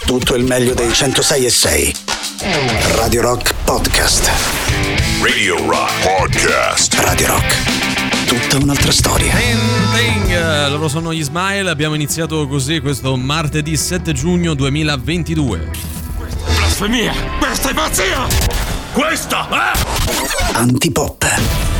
tutto il meglio dei 106.6. Radio Rock Podcast. Radio Rock Podcast. Radio Rock. Tutta un'altra storia. Loro sono gli Smile. Abbiamo iniziato così questo martedì 7 giugno 2022. Blasfemia! Questa è pazzia! Questa Antipop.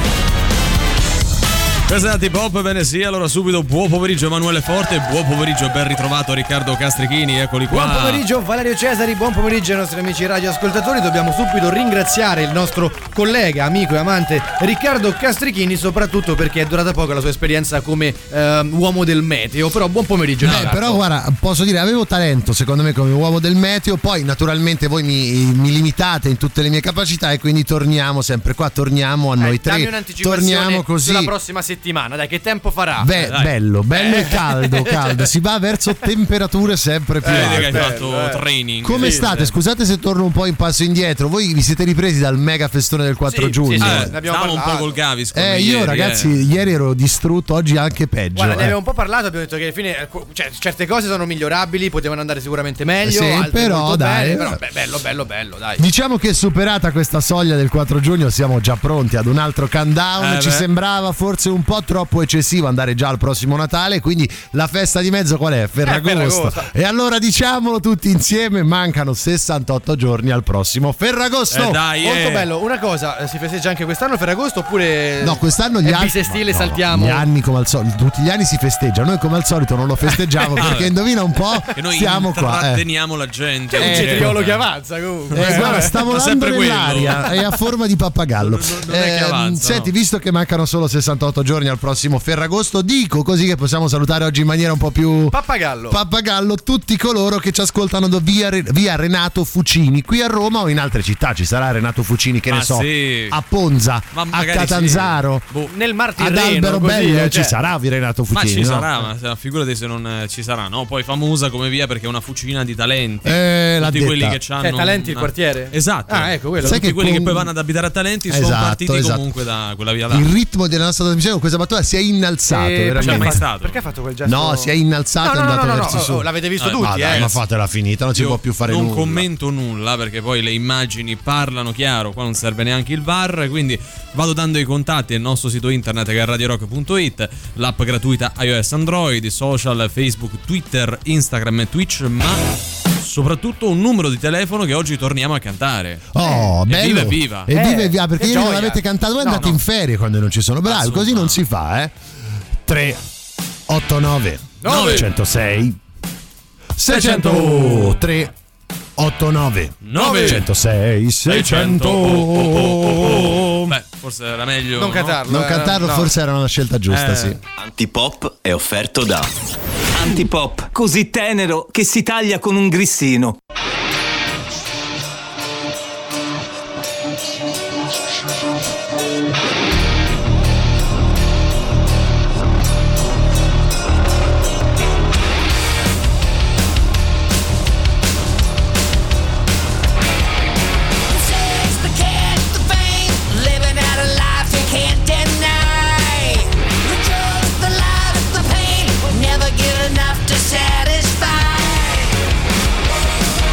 Questa è Antipop, bene sì, allora subito buon pomeriggio Emanuele Forte, buon pomeriggio, ben ritrovato Riccardo Castrichini, eccoli qua. Buon pomeriggio Valerio Cesari, buon pomeriggio ai nostri amici radioascoltatori. Dobbiamo subito ringraziare il nostro collega, amico e amante Riccardo Castrichini, soprattutto perché è durata poco la sua esperienza come uomo del meteo. Però buon pomeriggio. Però guarda, posso dire, avevo talento secondo me come uomo del meteo, poi naturalmente voi mi limitate in tutte le mie capacità e quindi torniamo sempre qua, torniamo a noi tre. Dammi un'anticipazione torniamo così sulla prossima settimana, dai, che tempo farà? Bello e caldo, si va verso temperature sempre più alte. Che hai fatto training. Come state? Scusate se torno un po' in passo indietro. Voi vi siete ripresi dal mega festone del 4 giugno? Ne abbiamo Stavo un parlato. po' col Gaviscon Io ieri, ragazzi, ieri ero distrutto, oggi anche peggio. Guarda, ne abbiamo un po' parlato, abbiamo detto che alla fine certe cose sono migliorabili, potevano andare sicuramente meglio, Sì, altre però, molto dai, bene, però bello, dai. Diciamo che superata questa soglia del 4 giugno siamo già pronti ad un altro countdown. Ci sembrava forse un po' troppo eccessivo andare già al prossimo Natale, quindi la festa di mezzo qual è? Ferragosto. E allora diciamolo tutti insieme, mancano 68 giorni al prossimo Ferragosto. Molto bello. Una cosa, si festeggia anche quest'anno Ferragosto oppure no, quest'anno gli altri bisestile saltiamo? Gli anni come al solito, tutti gli anni si festeggia, noi come al solito non lo festeggiamo perché indovina un po', e noi siamo qua. Tratteniamo la gente. C'è un cetriolo che avanza comunque. Guarda, sta volando nell'aria, è a forma di pappagallo. Non è che avanza, senti, visto che mancano solo 68 giorni al prossimo Ferragosto, dico così che possiamo salutare oggi in maniera un po' più pappagallo tutti coloro che ci ascoltano da via Renato Fucini qui a Roma o in altre città. Ci sarà Renato Fucini, che ne so, a Ponza, a Catanzaro, nel Mar ad Tirreno, Alberobello ci sarà via Renato Fucini. Ma ci no? sarà, ma figurati se non ci sarà, no? Poi famosa come via perché è una fucina di talenti. Tutti quelli che hanno talenti il quartiere. Esatto. Ecco quello. Tutti quelli che poi vanno ad abitare a talenti sono partiti comunque da quella via là. Il ritmo della nostra trasmissione con questa battuta si è innalzato. C'è mai stato. Perché ha fatto quel gesto? No, si è innalzato e è andato verso su. L'avete visto tutti, ma fatela finita, non si può più fare nulla. Non commento nulla perché poi le immagini parlano chiaro, qua non serve neanche il VAR, quindi vado dando i contatti al nostro sito internet che è radiorock.it, l'app gratuita iOS Android, i social Facebook, Twitter, Instagram e Twitch, ma soprattutto un numero di telefono che oggi torniamo a cantare. Bello. Evviva! Evviva, perché ieri non gioia. l'avete cantato, voi andate in ferie quando non ci sono. Bravi, così non si fa, 389 906 600 389 906 600. Beh, forse era meglio non cantarlo. Non cantarlo, forse era una scelta giusta, sì. Antipop è offerto da Antipop, così tenero che si taglia con un grissino. Never get enough to satisfy.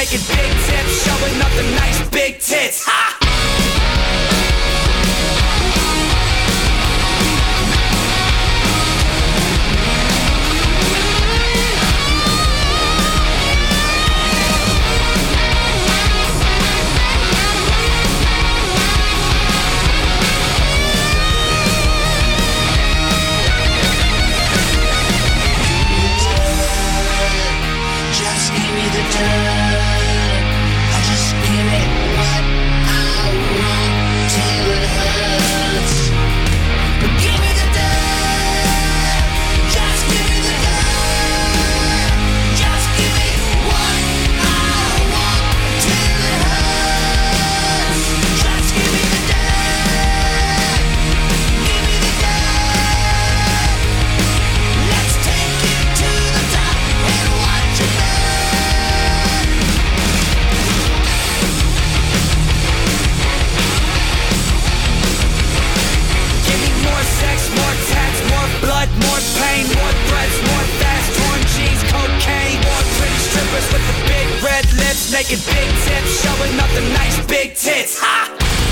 naked big tips, showing up the nice big tits. Ha! Naked big tips, showing up the nice big tits. Ha!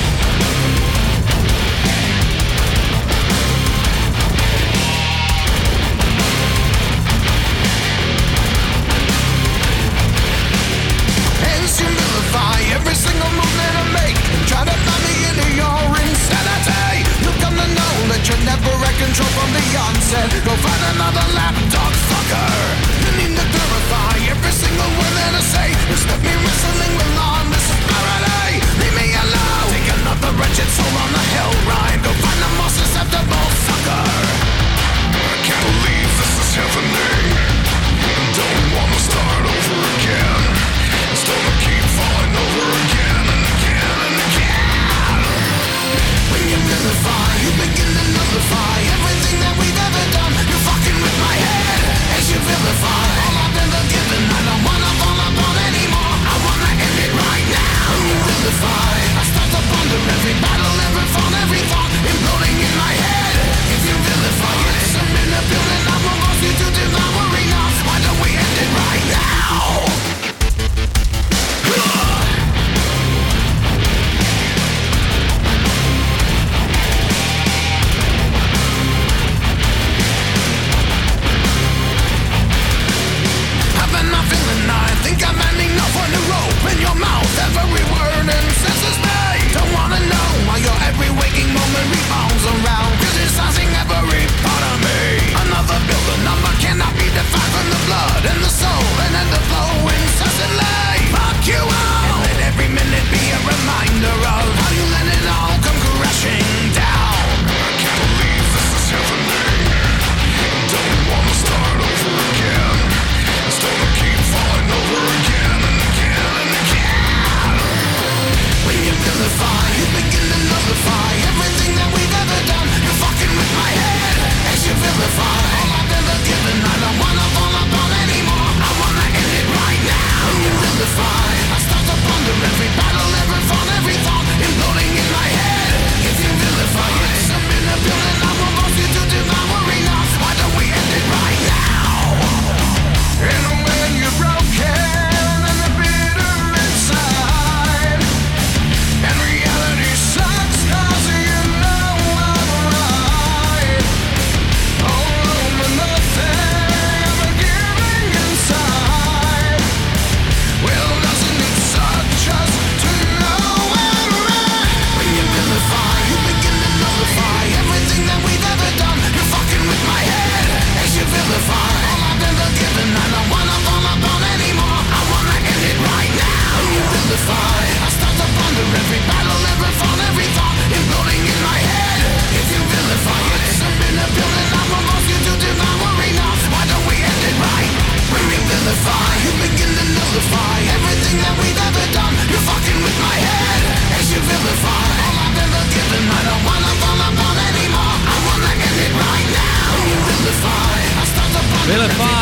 As you vilify every single move that I make, try to find me into your insanity. You'll come to know that you're never at control from the onset. Go find another lapdog fucker. You need to clarify every single word that I say. Instead me wrestling with law and disparity. Leave me alone. Take another wretched soul on the hell ride. Go find the most susceptible sucker. I can't believe this is happening. Don't wanna start over again. Still to keep falling over again and again and again. When you vilify, you begin to nullify everything that we've ever done. You're fucking with my head as you vilify all I've ever given. I don't wanna fall upon anymore. I wanna end it right now. When you vilify, I start to ponder every battle, every fall, every thought imploding in my head. If you vilify, yes, I'm in a building. I won't force you to devour enough. Why don't we end it right now? I think I'm ending up on the rope in your mouth. Every word incensses me. Don't wanna know why your every waking moment revolves around criticizing every part of me. Another building number cannot be defined from the blood and the soul and then the flow incessantly. Fuck you all, and let every minute be a reminder of how you let it all come crashing down. I can't believe this is happening. Don't wanna start over again. Still to keep falling over again and again and again. When you vilify, you begin to nullify everything that we've ever done. You're fucking with my head as you vilify all I've ever given. I don't wanna fall upon anymore. I wanna end it right now. When you vilify, I start to ponder every battle, every fall, every thought imploding in my head. If you vilify, yes, I'm in a building. I won't force you to devour enough. Why don't we end it right now? And when you're broken and the bitter inside, and reality sucks 'cause you know I'm right. All alone with nothing, I'm giving inside. Well, doesn't it suck just to know I'm right? When you vilify, you begin to nullify everything that we've ever done. You're fucking with my head as you vilify all I've ever given. I don't wanna fall upon anymore. I wanna end it right now. When you vilify, I start to ponder every battle, every fall, every thought imploding in my head. If you vilify, yes, I'm in a building. I won't force you to devour enough. Why don't we end it right? When you vilify, you begin to nullify everything that we've ever done. You're fucking with my head as you vilify all I've ever given. I don't wanna fall upon anymore. I wanna end it right now. When you vilify, I start to ponder Vilify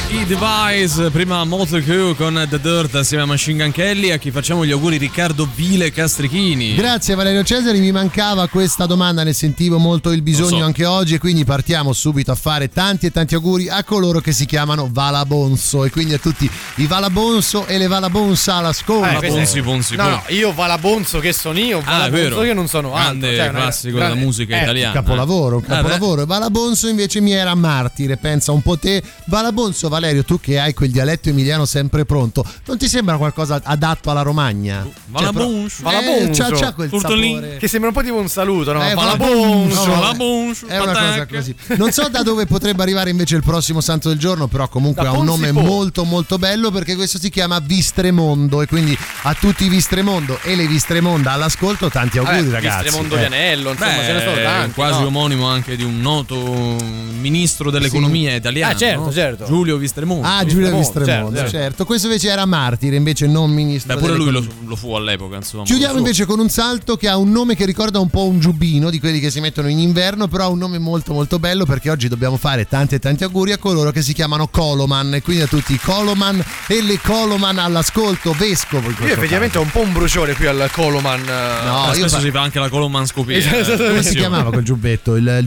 E-Device, prima Motley Crue con The Dirt assieme a Machine Gun Kelly. A chi facciamo gli auguri Riccardo Vile Castrichini. Grazie Valerio Cesari, mi mancava questa domanda, ne sentivo molto il bisogno anche oggi, e quindi partiamo subito a fare tanti e tanti auguri a coloro che si chiamano Valabonso, e quindi a tutti i Valabonso e le Valabonsa all'ascolto. No, io Valabonso che sono io, Valabonso che non sono altro. Grande classico della musica italiana. Capolavoro. Valabonso invece mi era martire, pensa un po' te. Valabonso, Valerio, tu che hai quel dialetto emiliano sempre pronto, non ti sembra qualcosa adatto alla Romagna? Valabonso. C'ha quel sapore che sembra un po' tipo un saluto, no? Valabonso. È una cosa così. Non so da dove potrebbe arrivare invece il prossimo santo del giorno, però comunque ha un nome molto molto bello, perché questo si chiama Vistremondo, e quindi a tutti i Vistremondo e le Vistremonda all'ascolto tanti auguri, ragazzi. Vistremondo Vianello, insomma, ce ne sono tanti, quasi omonimo anche di un noto ministro dell'economia italiano. Certo. Giulio Vistremondo. Giulio Vistremondo, certo. Questo invece era martire, invece non ministro. Pure lui lo fu all'epoca, insomma. Chiudiamo invece con un salto che ha un nome che ricorda un po' un giubbino di quelli che si mettono in inverno, però ha un nome molto molto bello, perché oggi dobbiamo fare tanti e tanti auguri a coloro che si chiamano Coloman, e quindi a tutti i Coloman e le Coloman all'ascolto. Vescovo in questo effettivamente ho un po' un bruciore qui al Coloman. No, spesso si fa anche la colomanscopia. Come si chiamava quel giubbetto? Il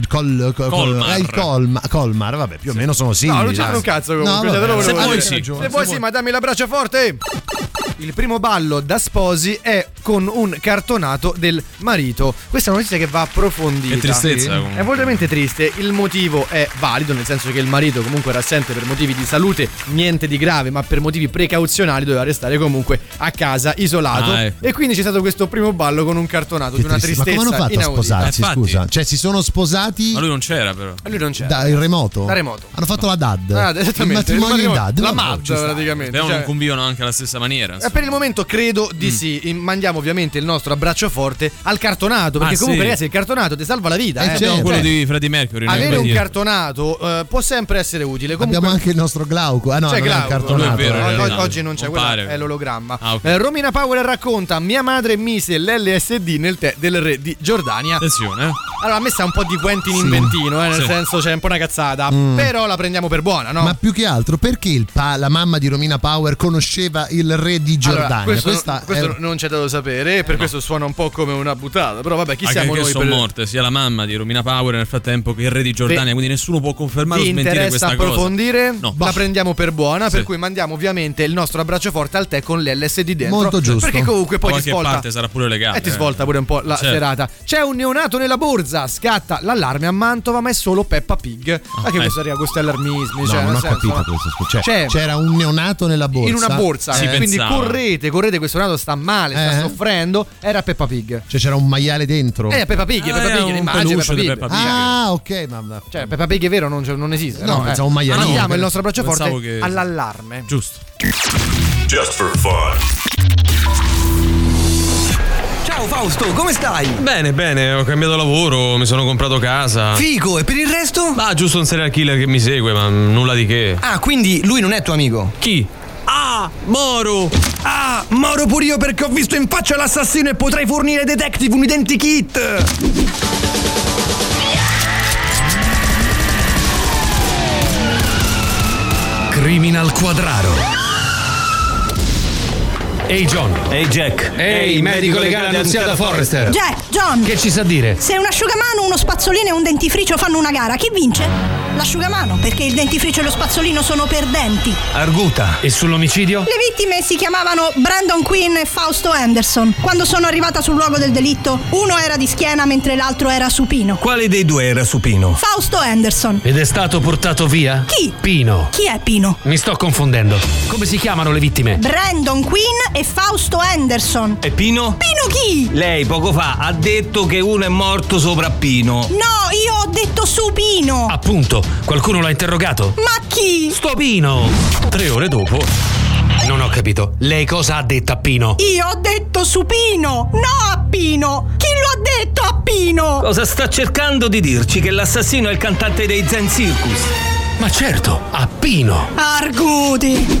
Colmar, vabbè, più o meno sono simili. No, non c'è un cazzo comunque. Se vuoi sì, ma dammi la braccia forte. Il primo ballo da sposi è con un cartonato del marito. Questa è una notizia che va approfondita. Che tristezza È veramente triste. Il motivo è valido, nel senso che il marito comunque era assente per motivi di salute, niente di grave, ma per motivi precauzionali doveva restare comunque a casa isolato. E quindi c'è stato questo primo ballo con un cartonato di una tristezza inaudita. Ma come hanno fatto a sposarsi, scusa? Cioè si sono sposati. Ma lui non c'era, però. Da il remoto? Da remoto. Hanno fatto la DAD. Esattamente. Il matrimonio in DAD. La MAD praticamente. Però non convivono anche alla stessa maniera. Per il momento credo di sì. Mandiamo ovviamente il nostro abbraccio forte al cartonato, perché comunque ragazzi il cartonato ti salva la vita. Certo. Quello di Freddie Mercury. Avere un cartonato può sempre essere utile. Comunque, abbiamo anche il nostro Glauco. No, c'è Glauco. Cartonato. Oggi non c'è, quello è l'ologramma. Romina Power racconta: mia madre mise l'LSD nel tè del re di Giordania. Attenzione. Allora, a me sta un po' di Quentin Inventino, nel senso c'è un po' una cazzata, però la prendiamo per buona, no? Ma più che altro perché la mamma di Romina Power conosceva il re di Giordania? Allora, questo non c'è da sapere, per questo suona un po' come una buttata, però vabbè, chi siamo noi? Sono morte sia la mamma di Romina Power nel frattempo che il re di Giordania, quindi nessuno può confermare o smentire questa cosa. Approfondire? No. La prendiamo per buona, per cui mandiamo ovviamente il nostro abbraccio forte al tè con l'LSD dentro. Molto giusto. Perché comunque poi ti svolta. Parte sarà pure legale. E ti svolta pure un po' la serata. C'è un neonato nella borsa, scatta l'allarme a Mantova, ma è solo Peppa Pig. Anche questo arriva, questi allarmismi. No, non ho capito questo. C'era un neonato nella borsa. In una borsa, quindi correte, questo neonato sta male, sta soffrendo. Era Peppa Pig. Cioè c'era un maiale dentro. Peppa Pig, l'immagine Peppa Pig. Ok, ma cioè Peppa Pig è vero, non esiste. No, pensavo un maiale. Mandiamo il nostro braccio forte all'allarme. Giusto. Just for fun. Ciao Fausto, come stai? Bene, ho cambiato lavoro, mi sono comprato casa. Figo, e per il resto? Giusto un serial killer che mi segue, ma nulla di che. Quindi lui non è tuo amico? Chi? Moro! Moro pure io, perché ho visto in faccia l'assassino e potrei fornire ai detective un identikit! Criminal Quadraro. Ehi John. Ehi Jack. Ehi medico legale annunziata Forrester. Jack, John. Che ci sa dire? Se un asciugamano, uno spazzolino e un dentifricio fanno una gara, chi vince? L'asciugamano, perché il dentifricio e lo spazzolino sono perdenti. Arguta. E sull'omicidio? Le vittime si chiamavano Brandon Quinn e Fausto Anderson. Quando sono arrivata sul luogo del delitto, uno era di schiena mentre l'altro era supino. Quale dei due era supino? Fausto Anderson. Ed è stato portato via? Chi? Pino. Chi è Pino? Mi sto confondendo. Come si chiamano le vittime? Brandon Quinn e Fausto Anderson. E Pino? Pino chi? Lei poco fa ha detto che uno è morto sopra Pino. No, io ho detto supino. Appunto, qualcuno l'ha interrogato? Ma chi? Sto Pino. 3 ore dopo. Non ho capito. Lei cosa ha detto a Pino? Io ho detto supino, no a Pino. Chi lo ha detto a Pino? Cosa sta cercando di dirci? Che l'assassino è il cantante dei Zen Circus? Ma certo, a Pino. Arguti.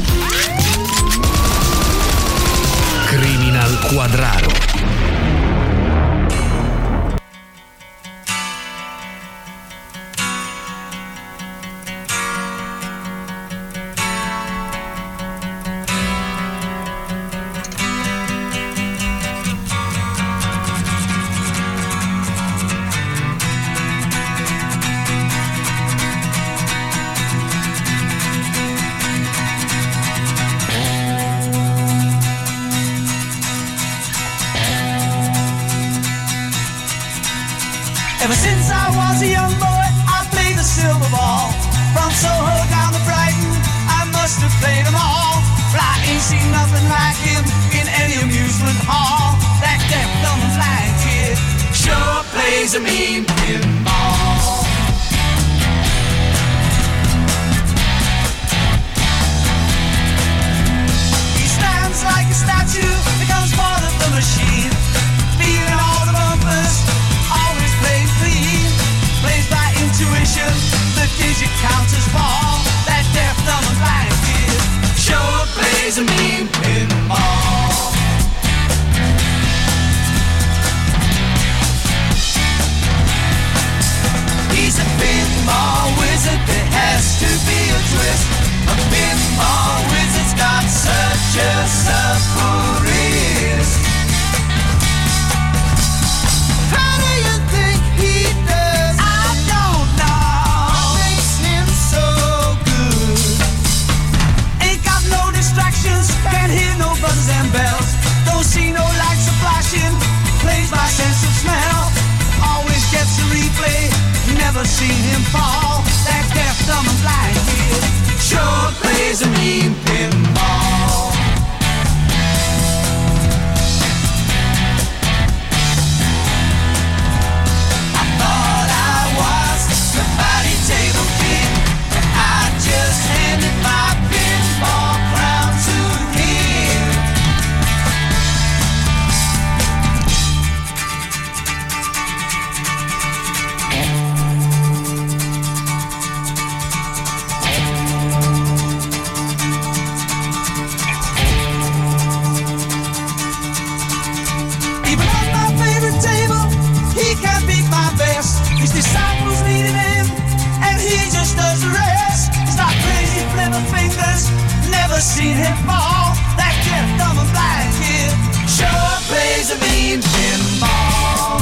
Criminal Quadraro. was a young boy, I played the silver ball. From Soho down to Brighton, I must have played them all. But I ain't seen nothing like him in any amusement hall. That deaf, dumb and blind kid sure plays a mean pinball. He stands like a statue, becomes part of the machine. Feeling all the bumpers, always playing clean. Plays by intuition, the digit counters fall. That deaf, dumb and blind kid sure plays a mean pinball. He's a pinball wizard, there has to be a twist. A pinball wizard's got such a supple wrist. How do you think he does? I don't know. What makes him so good? Ain't got no distractions, can't hear no buzzers and bells. Don't see no lights flashing, plays by sense of smell. Always gets a replay, never seen him fall. That deaf, dumb and blind kid sure plays a mean pinball. I thought I was the body table king, but I just handed my pinball crown to him. Even on my favorite table, he can't beat my best. His disciples needed him, and he just does the rest. It's like crazy flipper fingers, never seen him fall. That deaf, dumb and blind kid sure plays a mean pinball.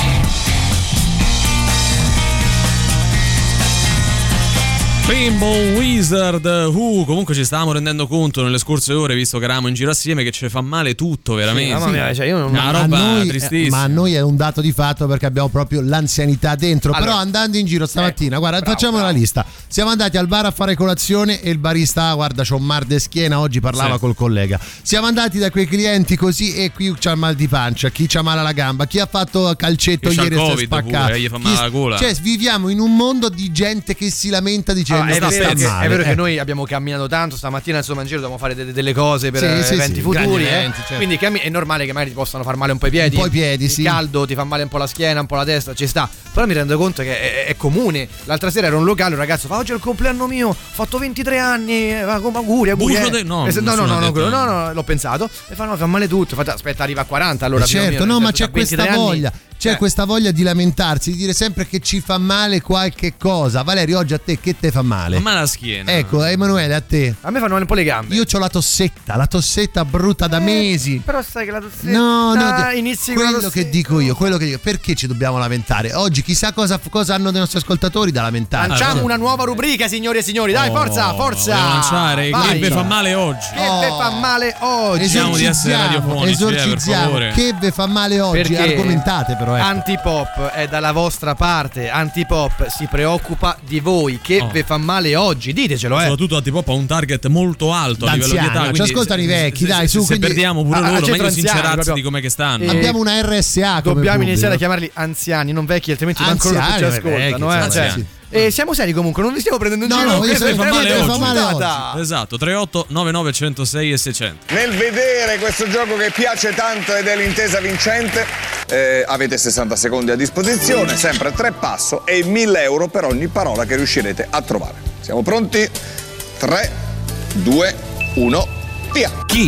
Pinball Wizard, comunque ci stavamo rendendo conto nelle scorse ore, visto che eravamo in giro assieme, che ci fa male tutto, veramente. Mamma mia, cioè io non... Una roba tristissima. Ma a noi è un dato di fatto perché abbiamo proprio l'anzianità dentro. Allora, però andando in giro stamattina, guarda, facciamo la lista. Siamo andati al bar a fare colazione e il barista, guarda, c'ho un mal de schiena, oggi parlava col collega. Siamo andati da quei clienti così e qui c'ha mal di pancia, chi c'ha male alla gamba, chi ha fatto calcetto Chi c'ha ieri il e si è Covid spaccato. pure, gli fa male la gola. Cioè, viviamo in un mondo di gente che si lamenta dicendo è sta vero, male. è vero che noi abbiamo camminato tanto stamattina, insomma in giro dobbiamo fare delle cose per eventi futuri, grandi eventi, certo. Quindi è normale che magari ti possano far male un po' i piedi, sì. il caldo ti fa male un po' la schiena, un po' la testa, ci sta. Però mi rendo conto che è comune. L'altra sera era un locale, un ragazzo fa: oggi è il compleanno mio, ho fatto 23 anni, auguri. No, l'ho pensato e fa: no, fa male tutto. Fate, aspetta, arriva a 40 allora. Certo, mio, ma c'è questa voglia. C'è questa voglia di lamentarsi, di dire sempre che ci fa male qualche cosa. Valerio, oggi a te che te fa male? Ma la schiena. Ecco, Emanuele, a te. A me fanno male un po' le gambe. Io c'ho la tossetta brutta da mesi. Però sai che la tossetta inizi con la quello che dico io, perché ci dobbiamo lamentare? Oggi chissà cosa hanno dei nostri ascoltatori da lamentare. Lanciamo una nuova rubrica, signori e signori. Dai, forza. Dobbiamo lanciare che vi fa male oggi. Che vi fa male oggi? Diciamo di essere radiofonici, per favore. Che vi fa male oggi? Perché argomentate però. Antipop è dalla vostra parte. Antipop si preoccupa di voi. Che vi fa male oggi? Ditecelo, Soprattutto Antipop ha un target molto alto a livello di età. Ci ascoltano i vecchi, dai, su. Se perdiamo pure loro, meglio sincerarsi di com'è che stanno. Abbiamo una RSA. Dobbiamo iniziare a chiamarli anziani, non vecchi, altrimenti manco loro che ci ascoltano. E siamo seri comunque, non vi stiamo prendendo in giro. No, questo fa male oggi. Esatto, 38 99 106 e 600. Nel vedere questo gioco che piace tanto ed è l'intesa vincente, avete 60 secondi a disposizione, sempre 3 passo e 1.000 euro per ogni parola che riuscirete a trovare. Siamo pronti? 3, 2, 1, via. Chi?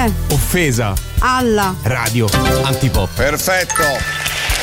Offesa. Alla. Radio. Antipop. Perfetto.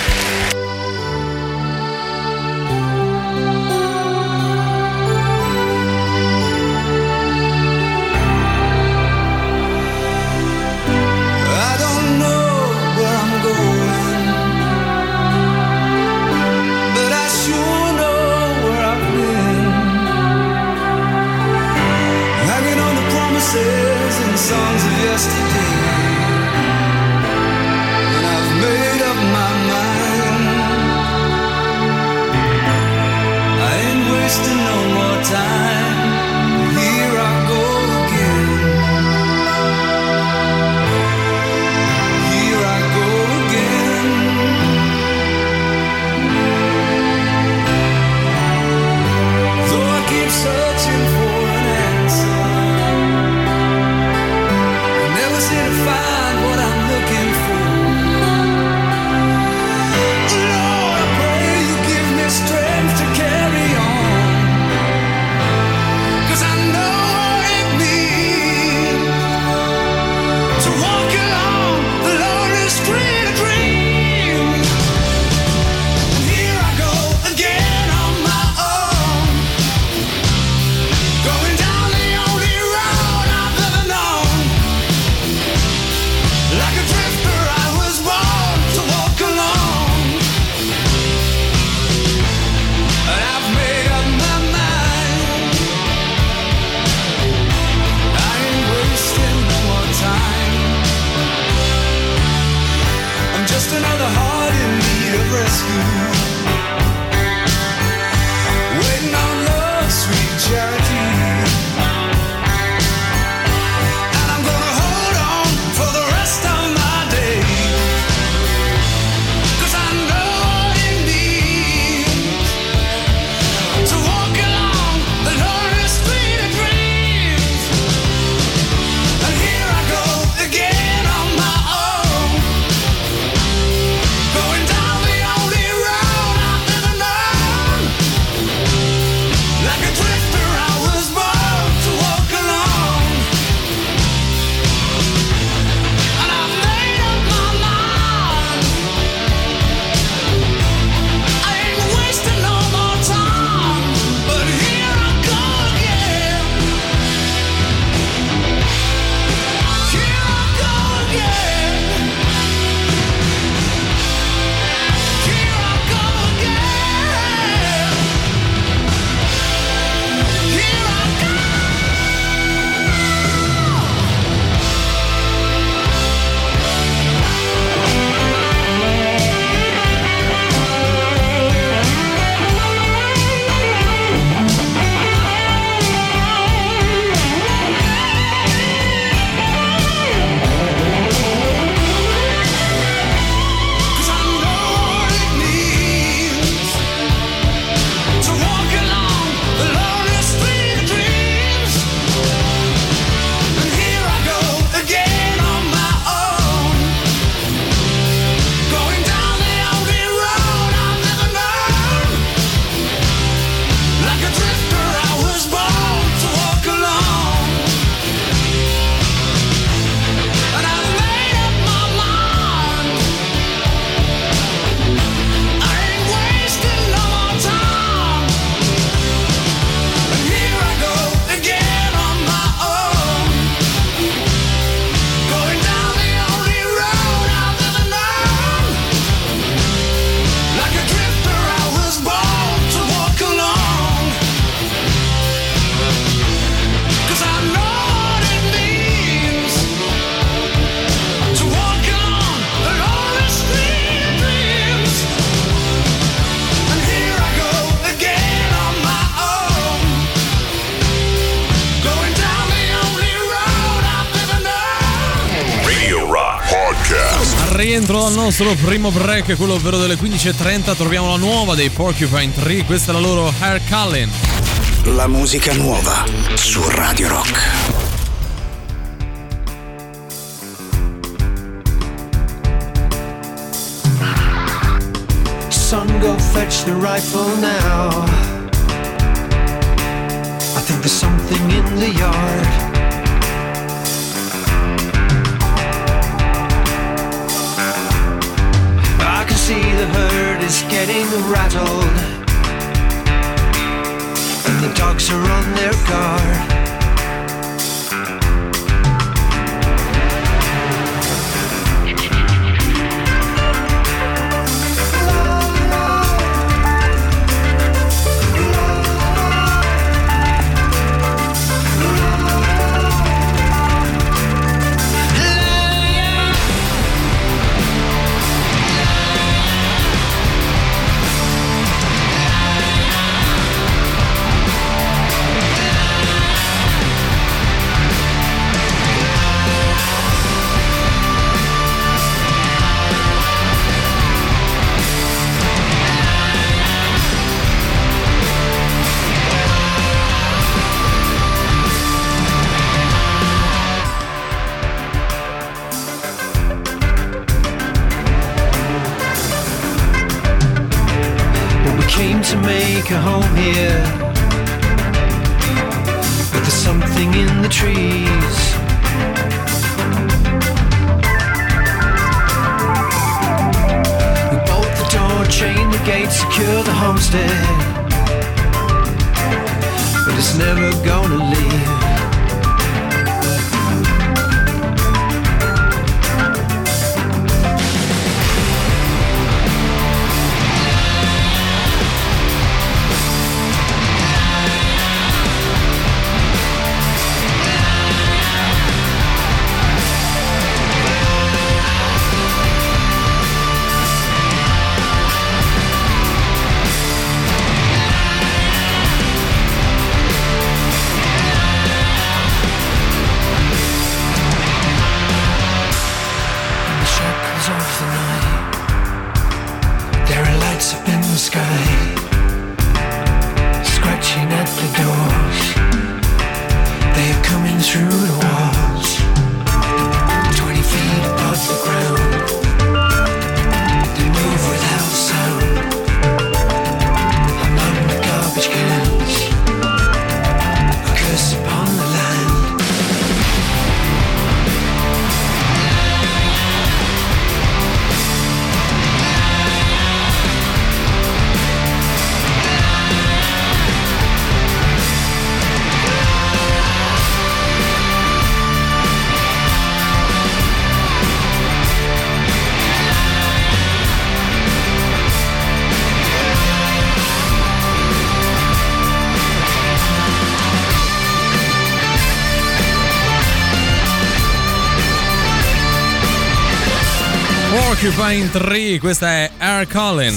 And songs of yesterday, and I've made up my rientro dal nostro primo break, quello ovvero delle 15.30. Troviamo la nuova dei Porcupine Tree, questa è la loro Hair Cullen. La musica nuova su Radio Rock. Son, go fetch the rifle now. I think there's something in the yard. I can see the herd is getting rattled, and the dogs are on their guard. To make a home here, but there's something in the trees. We bolt the door, chain the gate, secure the homestead, but it's never gonna leave. Porcupine Tree, questa è Hair Cullen.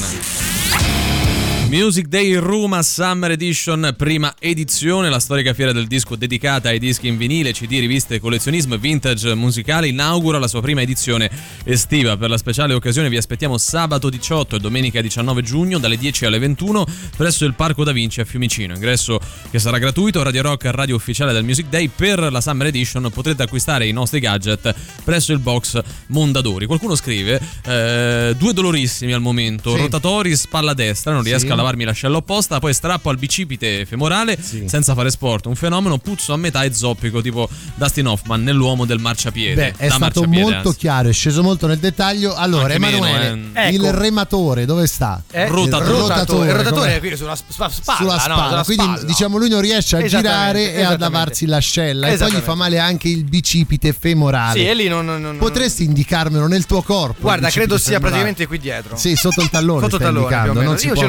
Music Day Roma Summer Edition, prima edizione, la storica fiera del disco dedicata ai dischi in vinile, CD, riviste, collezionismo e vintage musicale inaugura la sua prima edizione estiva. Per la speciale occasione vi aspettiamo sabato 18 e domenica 19 giugno dalle 10 alle 21 presso il Parco Da Vinci a Fiumicino. Ingresso che sarà gratuito. Radio Rock, radio ufficiale del Music Day. Per la Summer Edition potrete acquistare i nostri gadget presso il box Mondadori. Qualcuno scrive due dolorissimi al momento, sì. Rotatori, spalla destra, non riesco a lavarmi l'ascella opposta, poi strappo al bicipite femorale senza fare sport, un fenomeno, puzzo a metà e zoppico tipo Dustin Hoffman nell'uomo del marciapiede. È stato molto chiaro, è sceso molto nel dettaglio. Allora, anche Emanuele, il rematore dove sta? Il rotatore è qui sulla spalla. Quindi diciamo lui non riesce a girare e a lavarsi l'ascella e poi gli fa male anche il bicipite femorale. Sì, e lì non... Potresti indicarmelo nel tuo corpo? Guarda, credo sia praticamente qui dietro. Sì, sotto il tallone. Sotto il tallone, più o meno. Io ce l'ho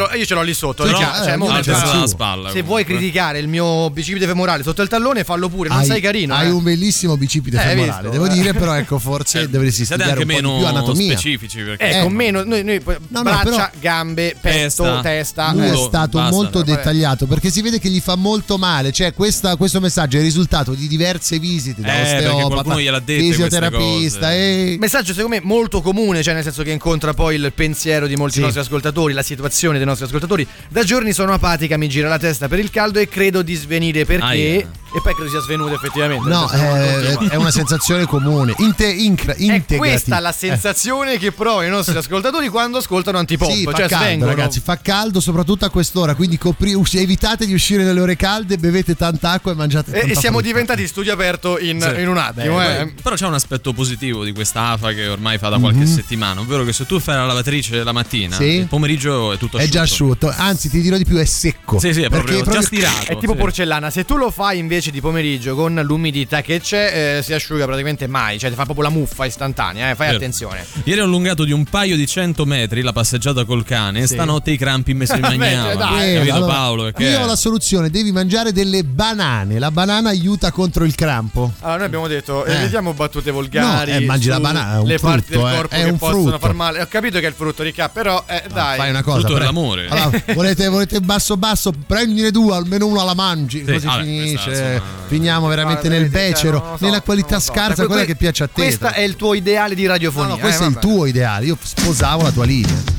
lì sotto. Però Cioè, mo- alza cioè, la spalla. se vuoi criticare il mio bicipite femorale sotto il tallone, fallo pure, non sei carino. Hai un bellissimo bicipite femorale, visto? devo dire, però ecco, forse dovresti siete studiare anche un po' di meno più anatomia. specifici perché Con meno noi braccia, però- gambe, petto, testa. Lui è stato molto dettagliato perché si vede che gli fa molto male. Cioè, questo messaggio è il risultato di diverse visite da perché osteopata, qualcuno gliel'ha dette fisioterapista. Messaggio secondo me molto comune, cioè nel senso che incontra poi il pensiero di molti nostri ascoltatori, la situazione dei nostri ascoltatori. Da giorni sono apatica, mi gira la testa per il caldo e credo di svenire perché. E poi credo sia svenuto effettivamente. No, è una sensazione comune. È questa la sensazione che provano i nostri ascoltatori quando ascoltano Antipop. Sì, cioè fa caldo, svengono. ragazzi, fa caldo soprattutto a quest'ora, quindi evitate di uscire nelle ore calde, bevete tanta acqua e mangiate tanta E siamo frutta. diventati studio aperto in un attimo. Però c'è un aspetto positivo di questa AFA che ormai fa da qualche settimana, ovvero che se tu fai la lavatrice la mattina, il pomeriggio è tutto asciutto. È già asciutto, anzi ti dirò di più, è secco. Sì, è proprio già stirato. È tipo porcellana. Se tu lo fai invece di pomeriggio con l'umidità che c'è, si asciuga praticamente mai. Cioè ti fa proprio la muffa istantanea. Fai attenzione. Ieri ho allungato di un paio di 100 metri la passeggiata col cane. Stanotte i crampi mi si magnavano. Capito, allora, Paolo? Perché io ho la soluzione: devi mangiare delle banane. La banana aiuta contro il crampo. Allora, noi abbiamo detto evitiamo battute volgari. No, mangi la banana, è un le frutto, parti del corpo è che un possono frutto. far male. Ho capito che è il frutto di K, però dai. Fai una cosa. Frutto dell'amore. Allora, volete basso, prendine due, almeno una la mangi. Sì, così vabbè, finisce. questa, Finiamo veramente nel becero, non lo so, nella qualità non lo so. scarsa, quella che piace a te. Questo è il tuo ideale di radiofonia. No, questo è il tuo ideale. Io sposavo la tua linea.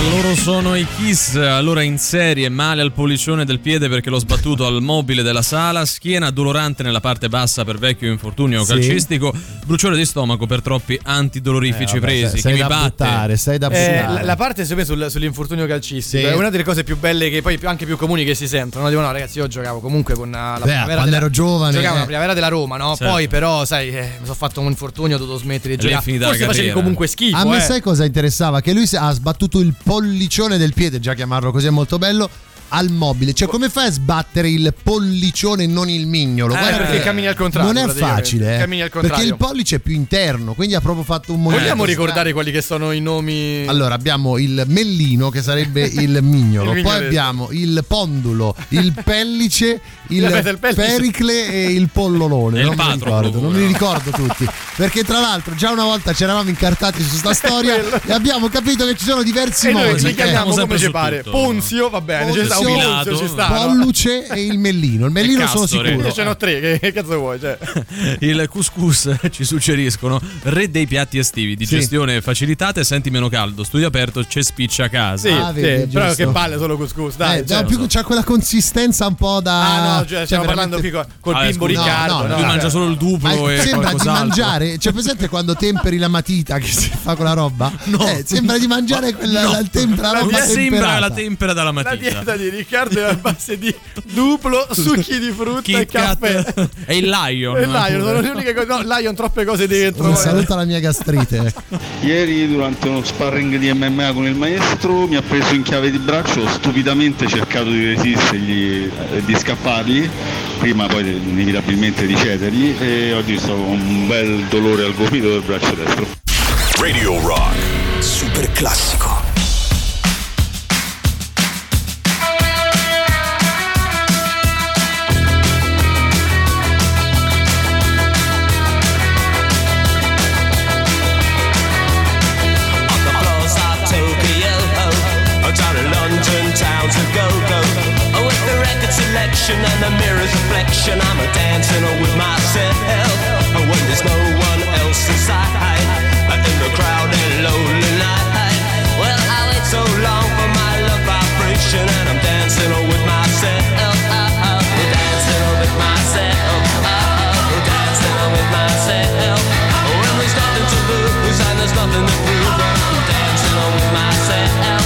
Loro sono i Kiss, allora in serie, male al pollicione del piede perché l'ho sbattuto al mobile della sala, schiena dolorante nella parte bassa per vecchio infortunio calcistico, bruciore di stomaco per troppi antidolorifici presi. Chi mi batte? Sei da buttare. La parte sull'infortunio calcistico è una delle cose più belle che poi anche più comuni che si sentono. Dico no ragazzi, io giocavo comunque con la primavera quando ero giovane. Giocavo la primavera della Roma, no? Certo. Poi però sai, mi sono fatto un infortunio, ho dovuto smettere di giocare. Forse facevi comunque schifo. A me sai cosa interessava? Che lui ha sbattuto il pollicione del piede, già chiamarlo così è molto bello, al mobile. Cioè, come fai a sbattere il pollicione e non il mignolo? Guarda, perché cammini al contrario. Non è facile, cammini al contrario. perché il pollice è più interno, quindi ha proprio fatto un movimento. Vogliamo ricordare quelli che sono i nomi? Allora, abbiamo il mellino, che sarebbe il mignolo, poi abbiamo il pondulo, il pellice, il pericle e il pollolone. Non mi ricordo tutti, perché tra l'altro già una volta ci eravamo incartati su sta storia e abbiamo capito che ci sono diversi modi. Noi li chiamiamo come ci pare. Ponzio, va bene, Ponzio, ci sta, polluce e il mellino. Il mellino sono sicuro. Io ce n'ho 3, che cazzo vuoi? Cioè. Il couscous ci suggeriscono, re dei piatti estivi, digestione facilitata e senti meno caldo, studio aperto, c'è spiccia a casa. Sì, però che palle solo couscous, dai. C'ha quella consistenza un po' da... stiamo parlando col bimbo Riccardo. Lui mangia solo il duplo e sembra di qualcos'altro. mangiare, cioè presente quando temperi la matita che si fa con la roba? No. Sembra di mangiare quella tempera roba sembra la tempera dalla matita. La dieta di Riccardo è a base di duplo, succhi di frutta e caffè. E il Lion. Sono le uniche cose. No, Lion troppe cose dentro. Saluta la mia gastrite. Ieri durante uno sparring di MMA con il maestro mi ha preso in chiave di braccio, ho stupidamente cercato di resistergli, di scappargli, prima poi inevitabilmente di cedergli, e oggi ho visto un bel dolore al gomito del braccio destro. Radio Rock. Super classico. And the mirror's reflection, I'm a dancing with myself. When there's no one else inside, in the crowded lonely night. Well, I wait so long for my love vibration, and I'm dancing with myself. Dancing with myself. Dancing with myself. When there's nothing to lose and there's nothing to prove, I'm dancing with myself.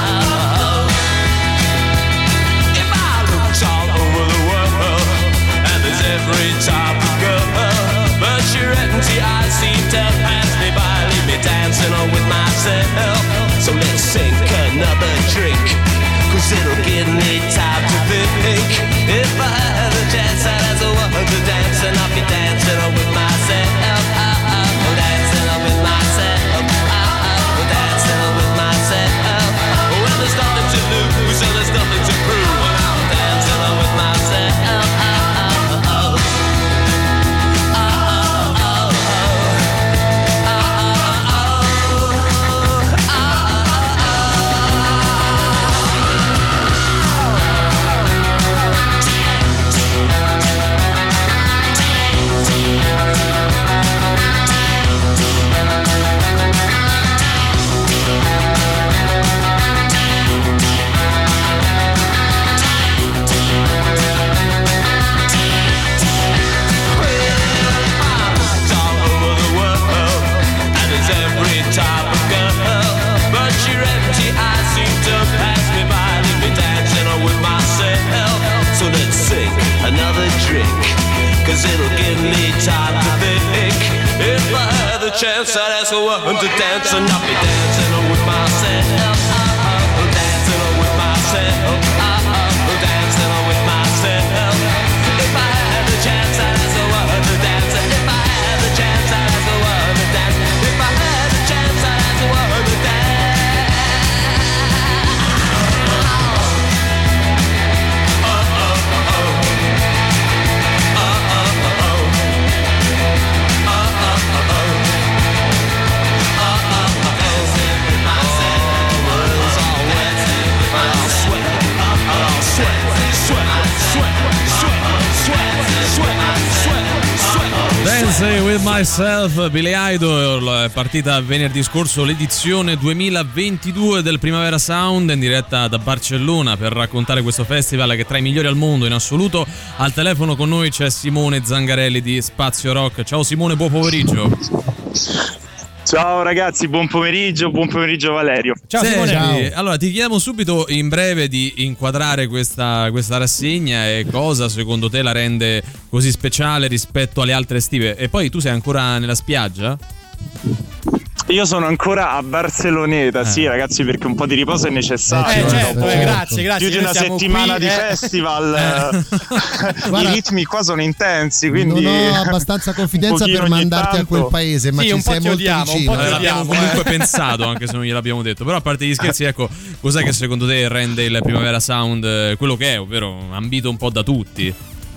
Every type of girl, but your empty eyes seem to pass me by, leave me dancing on with myself. So let's sink another drink, cause it'll give me time to think. If I had a chance, I'd ask a woman to dance, and I'll be dancing on with myself. Dancing on with myself. Dancing on with myself. Well, there's nothing to lose, so there's nothing to prove. I'm dancing on with myself. Cause it'll give me time to think. If I had the chance, I'd ask a woman to dance, and I'll be dancing with myself. Dancing with myself. Dancing with myself. If I had the chance, I'd ask a woman to dance. If I had the chance, I'd ask a woman to dance. If I had the chance, I'd ask a woman to dance. Say With Myself, Billy Idol, è partita venerdì scorso l'edizione 2022 del Primavera Sound in diretta da Barcellona per raccontare questo festival che è tra i migliori al mondo in assoluto. Al telefono con noi c'è Simone Zangarelli di Spazio Rock. Ciao Simone, buon pomeriggio. Ciao ragazzi, buon pomeriggio Valerio. Ciao Simone. Ciao. Allora ti chiediamo subito in breve di inquadrare questa rassegna e cosa secondo te la rende così speciale rispetto alle altre estive. E poi tu sei ancora nella spiaggia? Io sono ancora a Barceloneta, sì ragazzi, perché un po' di riposo è necessario. Grazie. Più di una settimana qui, di festival, i ritmi qua sono intensi, quindi non ho abbastanza confidenza per mandarti a quel paese, ma sì, ci sei molto vicino. L'abbiamo comunque pensato, anche se non gliel'abbiamo detto. Però a parte gli scherzi, ecco, cos'è che secondo te rende il Primavera Sound quello che è, ovvero ambito un po' da tutti?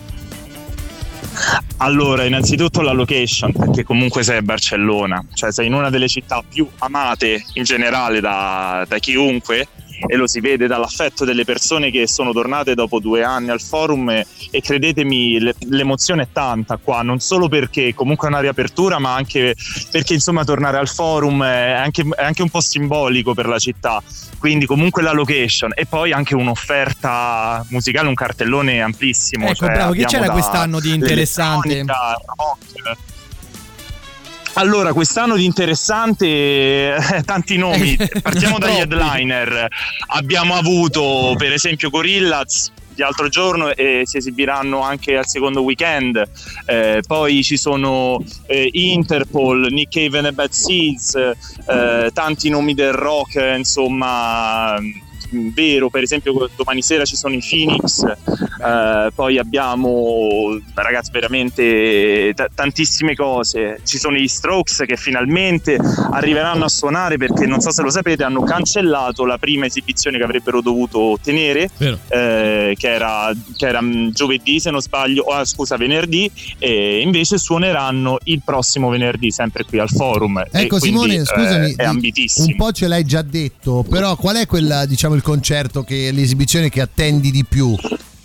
Allora, innanzitutto la location, perché comunque sei a Barcellona, cioè sei in una delle città più amate in generale da chiunque, e lo si vede dall'affetto delle persone che sono tornate dopo 2 anni al forum e credetemi l'emozione è tanta qua, non solo perché comunque è una riapertura, ma anche perché insomma tornare al forum è anche un po' simbolico per la città, quindi comunque la location e poi anche un'offerta musicale, un cartellone amplissimo. Ecco, cioè, bravo, che c'era quest'anno di interessante? Rock. Allora, quest'anno di interessante tanti nomi, partiamo dagli headliner. Abbiamo avuto per esempio Gorillaz l'altro giorno e si esibiranno anche al secondo weekend, poi ci sono Interpol, Nick Cave and the Bad Seeds, tanti nomi del rock, insomma vero, per esempio domani sera ci sono i Phoenix, poi abbiamo ragazzi veramente tantissime cose, ci sono gli Strokes che finalmente arriveranno a suonare, perché non so se lo sapete hanno cancellato la prima esibizione che avrebbero dovuto tenere, che era giovedì se non sbaglio, venerdì, e invece suoneranno il prossimo venerdì sempre qui al forum. Ecco Simone, scusami, è ambitissimo. Un po' ce l'hai già detto, però qual è quella, diciamo, il concerto, l'esibizione che attendi di più?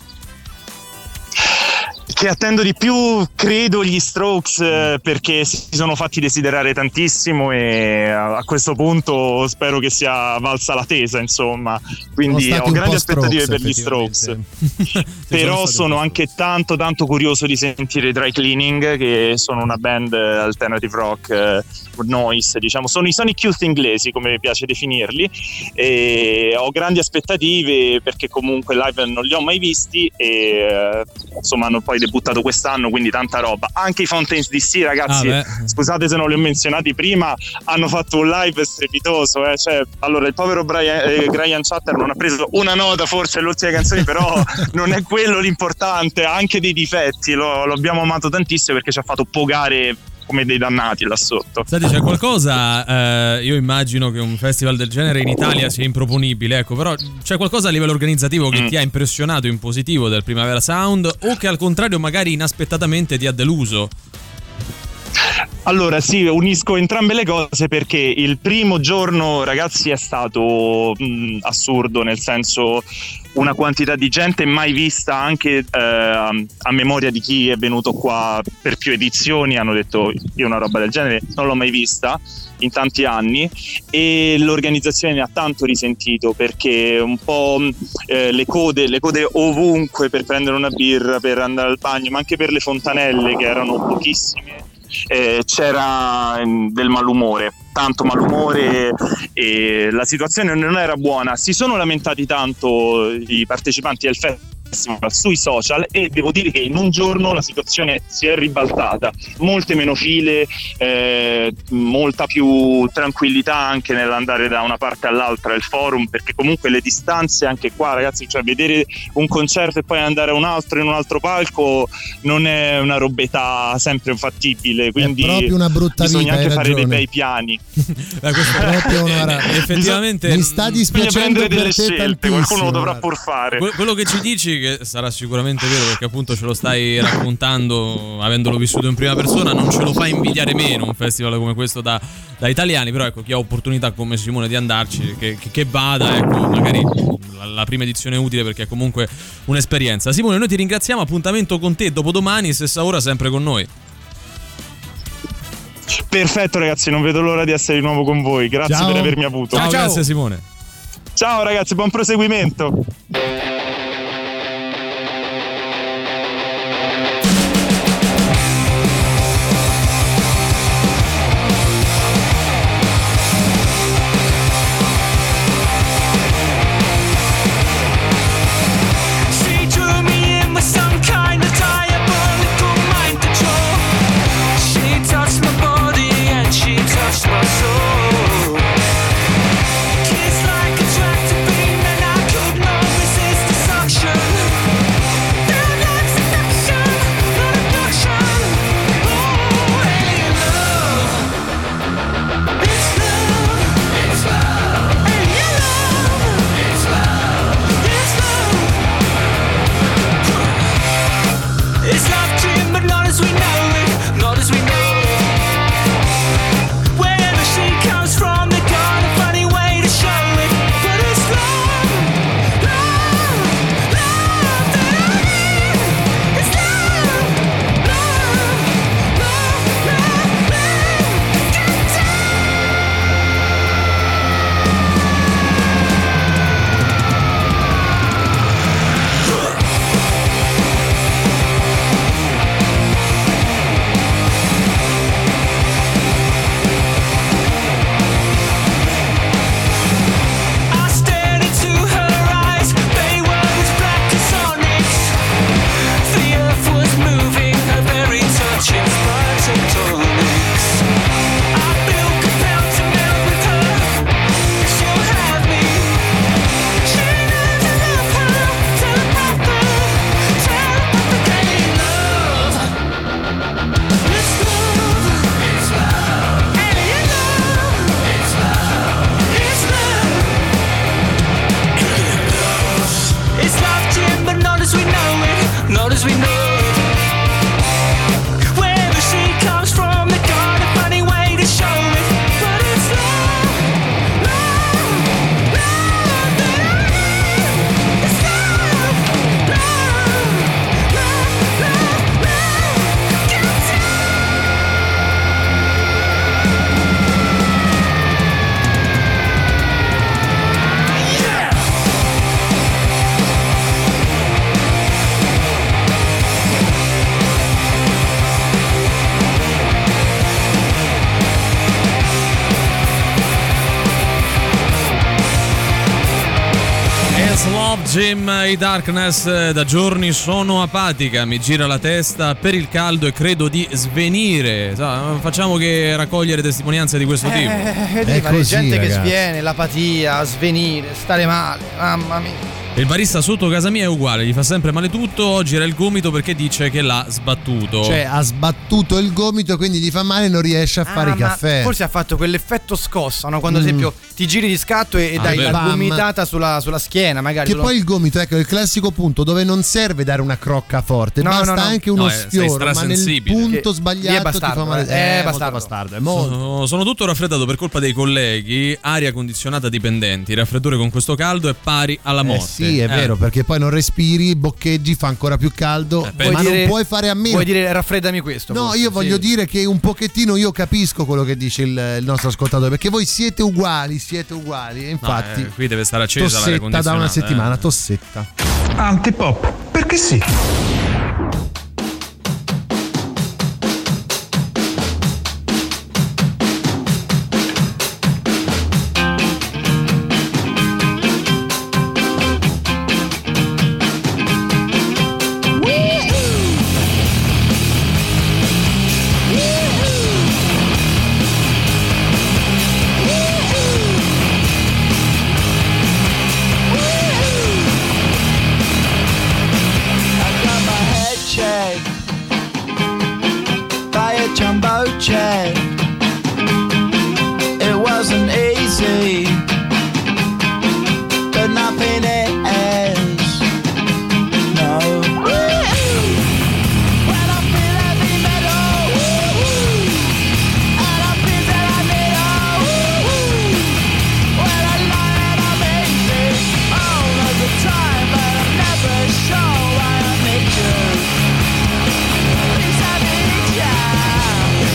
Che attendo di più, credo gli Strokes, perché si sono fatti desiderare tantissimo e a questo punto spero che sia valsa l'attesa, insomma, quindi ho grandi aspettative per gli Strokes. Però sono anche tanto curioso di sentire i Dry Cleaning, che sono una band alternative rock, noise, diciamo, sono i Sonic Youth inglesi come mi piace definirli, e ho grandi aspettative perché comunque live non li ho mai visti e insomma hanno poi debuttato quest'anno, quindi tanta roba. Anche i Fountains DC, ragazzi, scusate se non li ho menzionati prima, hanno fatto un live strepitoso, cioè, allora il povero Brian Chatter non ha preso una nota forse alle ultime canzoni, però non è quello l'importante, ha anche dei difetti, lo abbiamo amato tantissimo perché ci ha fatto pogare come dei dannati là sotto. Senti, c'è qualcosa, io immagino che un festival del genere in Italia sia improponibile, ecco, però c'è qualcosa a livello organizzativo che ti ha impressionato in positivo del Primavera Sound, o che al contrario magari inaspettatamente ti ha deluso? Allora sì, unisco entrambe le cose, perché il primo giorno, ragazzi, è stato assurdo, nel senso una quantità di gente mai vista, anche a memoria di chi è venuto qua per più edizioni, hanno detto io una roba del genere non l'ho mai vista in tanti anni, e l'organizzazione ne ha tanto risentito, perché un po' le code ovunque per prendere una birra, per andare al bagno, ma anche per le fontanelle che erano pochissime, c'era del malumore, tanto malumore, e la situazione non era buona. Si sono lamentati tanto i partecipanti del festival sui social, e devo dire che in un giorno la situazione si è ribaltata, molte meno file, molta più tranquillità anche nell'andare da una parte all'altra del forum, perché comunque le distanze anche qua, ragazzi, cioè vedere un concerto e poi andare a un altro in un altro palco non è una robetà sempre fattibile, quindi è proprio una brutta bisogna vita, anche fare ragione. dei bei piani. Effettivamente mi sta dispiacendo prendere delle per te scelte, tantissimo, qualcuno lo dovrà pur fare. Quello che ci dici, che sarà sicuramente vero perché appunto ce lo stai raccontando avendolo vissuto in prima persona, non ce lo fa invidiare meno un festival come questo da italiani, però ecco, chi ha opportunità come Simone di andarci, che vada, ecco, magari la prima edizione è utile perché è comunque un'esperienza. Simone, noi ti ringraziamo, appuntamento con te dopodomani, stessa ora, sempre con noi. Perfetto ragazzi, non vedo l'ora di essere di nuovo con voi. Grazie Ciao. per avermi avuto. Ciao, grazie Simone. Ciao ragazzi, buon proseguimento. She drew me in with some kind of diabolical mind control. She touched my body and she touched my soul. Kiss like a tractor beam and I could not resist the suction. Felt like seduction, not abduction. Oh, alien love. It's love. It's love. Alien love. It's love. It's love. It's love, Jim, but not as we know it, not as we know it. Wherever she comes from, they got a funny way to show it. But it's love, love, love that I need. It's love, love, love, love, love. Get down. I stared into her eyes, they were as black as onyx. The earth was moving, her very touch inspired tectonics. I feel compelled to melt with her, she'll have me. She knows I love her, telepathic alien love. It's love, it's love, alien love. It's love, it's love. It's love, Jim, but not as we know it, not as we know it. Wherever she comes from, they got a funny way to show it. But it's love, love, love that I need. It's love, love, love, love, love. Get It's Love, Jim, i Darkness. Da giorni sono apatica, mi gira la testa per il caldo e credo di svenire. Facciamo che raccogliere testimonianze di questo tipo. È gente che sviene, l'apatia, svenire, stare male, mamma mia. Il barista sotto casa mia è uguale, gli fa sempre male tutto. Oggi era il gomito perché dice che l'ha sbattuto. Cioè ha sbattuto il gomito, quindi gli fa male e non riesce a fare il caffè. Forse ha fatto quell'effetto scossa, no? Quando ad esempio ti giri di scatto e dai vero. la gomitata sulla schiena, magari. Che poi il gomito, ecco, è il classico punto dove non serve dare una crocca forte, basta anche uno sfioro, ma nel punto sbagliato ti fa male. È bastardo. È molto. Sono tutto raffreddato per colpa dei colleghi. Aria condizionata dipendenti. Il raffreddore con questo caldo è pari alla morte. Sì, è vero, perché poi non respiri, boccheggi, fa ancora più caldo, ma non puoi fare a meno. Vuoi dire raffreddami questo? No, forse, io voglio dire che un pochettino io capisco quello che dice il nostro ascoltatore, perché voi siete uguali e infatti qui deve stare accesa l'aria tossetta da una condizionata, settimana, tossetta. Antipop, perché sì? jumbo jet. It wasn't easy, but nothing is. No. When I feel heavy metal, and I feel that I need when I lie and I'm easy all of the time, but I'm never sure why I need you. Please I need you.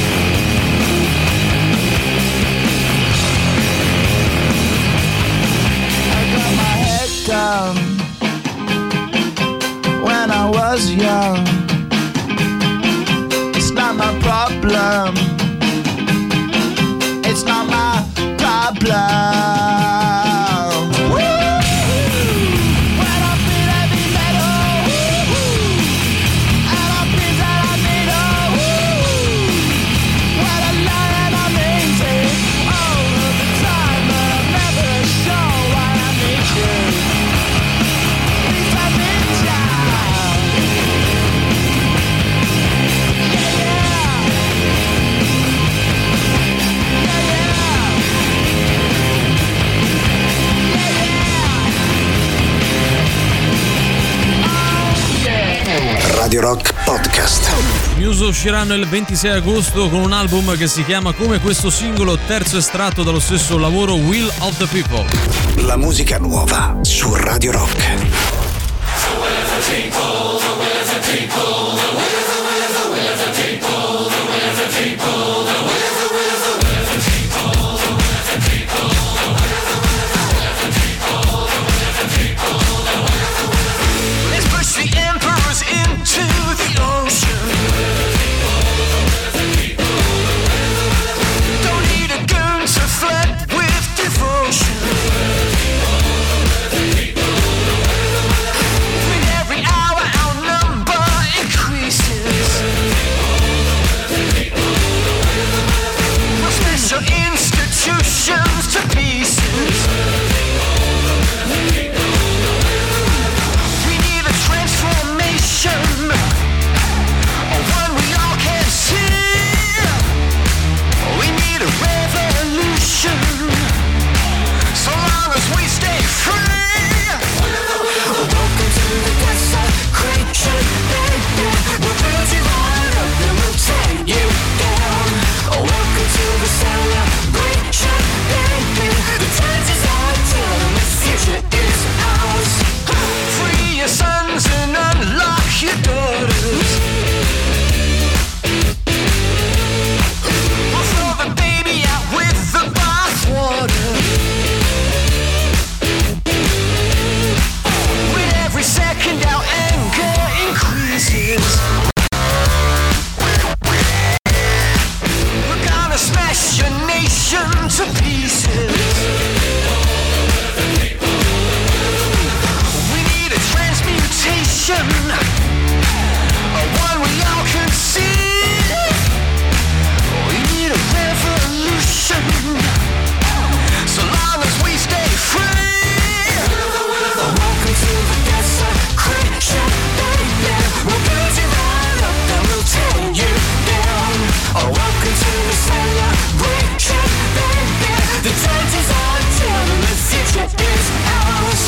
Muse usciranno il 26 agosto con un album che si chiama come questo singolo, terzo estratto dallo stesso lavoro, Will of the People. La musica nuova su Radio Rock. Let's push the emperors into the ocean. Don't need a gun to flirt with devotion. With every hour our number increases. We'll smash your institutions to pieces. We need a transformation, one we all can see. We need a revolution, so long as we stay free. Welcome to the desecration, baby. We'll build you up, then we'll tear you down. Welcome to the celebration, baby. The times is our turn, the future is ours. Free your sons and unlock your daughters. We'll throw the baby out with the bathwater. With every second our anger increases. We're gonna smash your nation to pieces. We need a transmutation, one we all can see. We need a revolution, so long as we stay free. Welcome to the desecration, baby. We'll build you right up, then we'll tear you down. Welcome to the celebration, baby. The times is our turn, and the future is ours.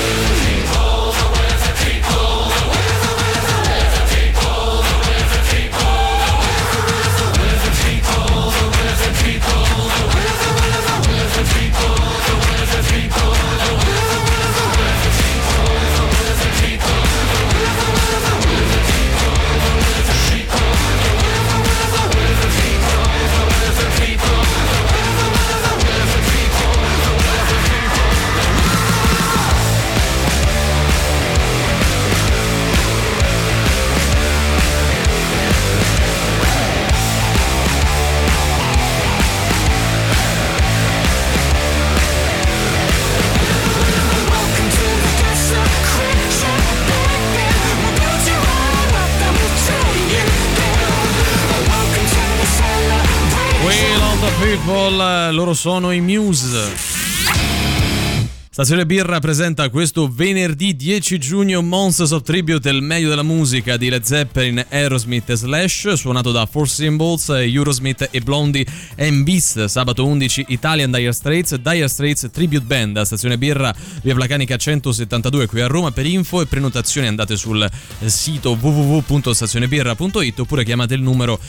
Will of the People, loro sono i Muse. Stazione Birra presenta questo venerdì 10 giugno Monsters of Tribute, il meglio della musica di Led Zeppelin, Aerosmith e Slash, suonato da Four Symbols, Eurosmith e Blondie and Beast. Sabato 11 Italian Dire Straits Tribute Band a Stazione Birra, via Placanica 172 qui a Roma. Per info e prenotazioni andate sul sito www.stazionebirra.it oppure chiamate il numero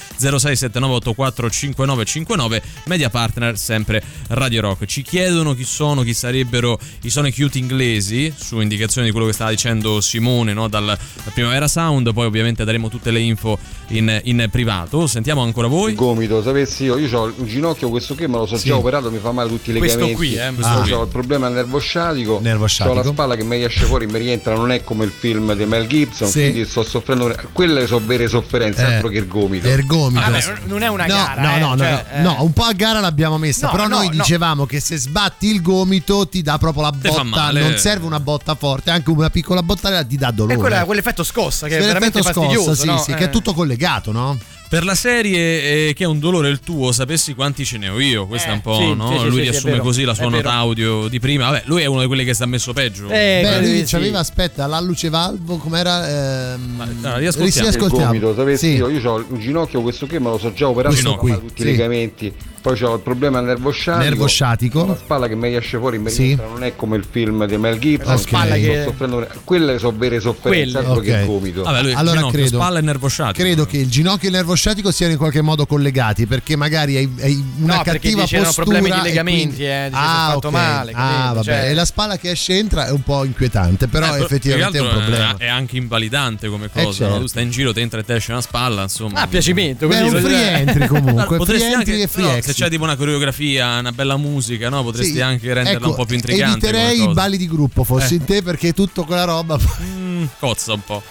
0679845959. Media partner sempre Radio Rock. Ci chiedono chi sono, chi sarebbero i Sonic Youth inglesi, su indicazione di quello che stava dicendo Simone, no? dal Primavera Sound. Poi ovviamente daremo tutte le info in privato. Sentiamo ancora voi. Gomito, sapessi io ho un ginocchio, questo che me lo so già operato, mi fa male tutti i legamenti. Questo qui, ho il problema al nervo sciatico, ho la spalla che mi esce fuori, mi rientra, non è come il film di Mel Gibson, quindi sto soffrendo. Quelle sono vere sofferenze, altro che il gomito. Vabbè, non è una gara. No, un po' a gara l'abbiamo messa, però noi dicevamo che se sbatti il gomito ti dà proprio la botta, non serve una botta forte, anche una piccola botta ti dà dolore. È quell'effetto scossa che è veramente fastidioso, sì, che è tutto collegato, no? Per la serie che è un dolore il tuo, sapessi quanti ce ne ho io. Questa è un po', no? Lui riassume così la sua nota audio di prima. Vabbè, lui è uno di quelli che sta messo peggio. Lui c'aveva, aspetta, l'alluce valvo, com'era? Riascoltiamo. Gomito, sapessi io ho un ginocchio, questo che me lo so già operato, mi fa male tutti i legamenti. Poi c'ho il problema nervo sciatico. La spalla che mi esce fuori mi rientra, non è come il film di Mel Gibson. La spalla che quelle sono vere sofferenze, altro che gomito. Vabbè, lui, allora ginocchio, spalla e nervo sciatico. Credo che il ginocchio e il nervo sciatico siano in qualche modo collegati, perché magari hai una cattiva postura, problemi di legamenti, quindi... fatto male. Vabbè. Cioè... E la spalla che esce e entra è un po' inquietante, però effettivamente è un problema. È anche invalidante come cosa. Certo. No? Tu stai in giro, ti entra e ti esce una spalla, insomma. Piacimento. È un free entry comunque. Free entry e free exit. Se c'è tipo una coreografia, una bella musica, no? Potresti anche renderla un po' più intrigante. Eviterei i balli di gruppo, fossi in te, perché tutto quella roba cozza un po'.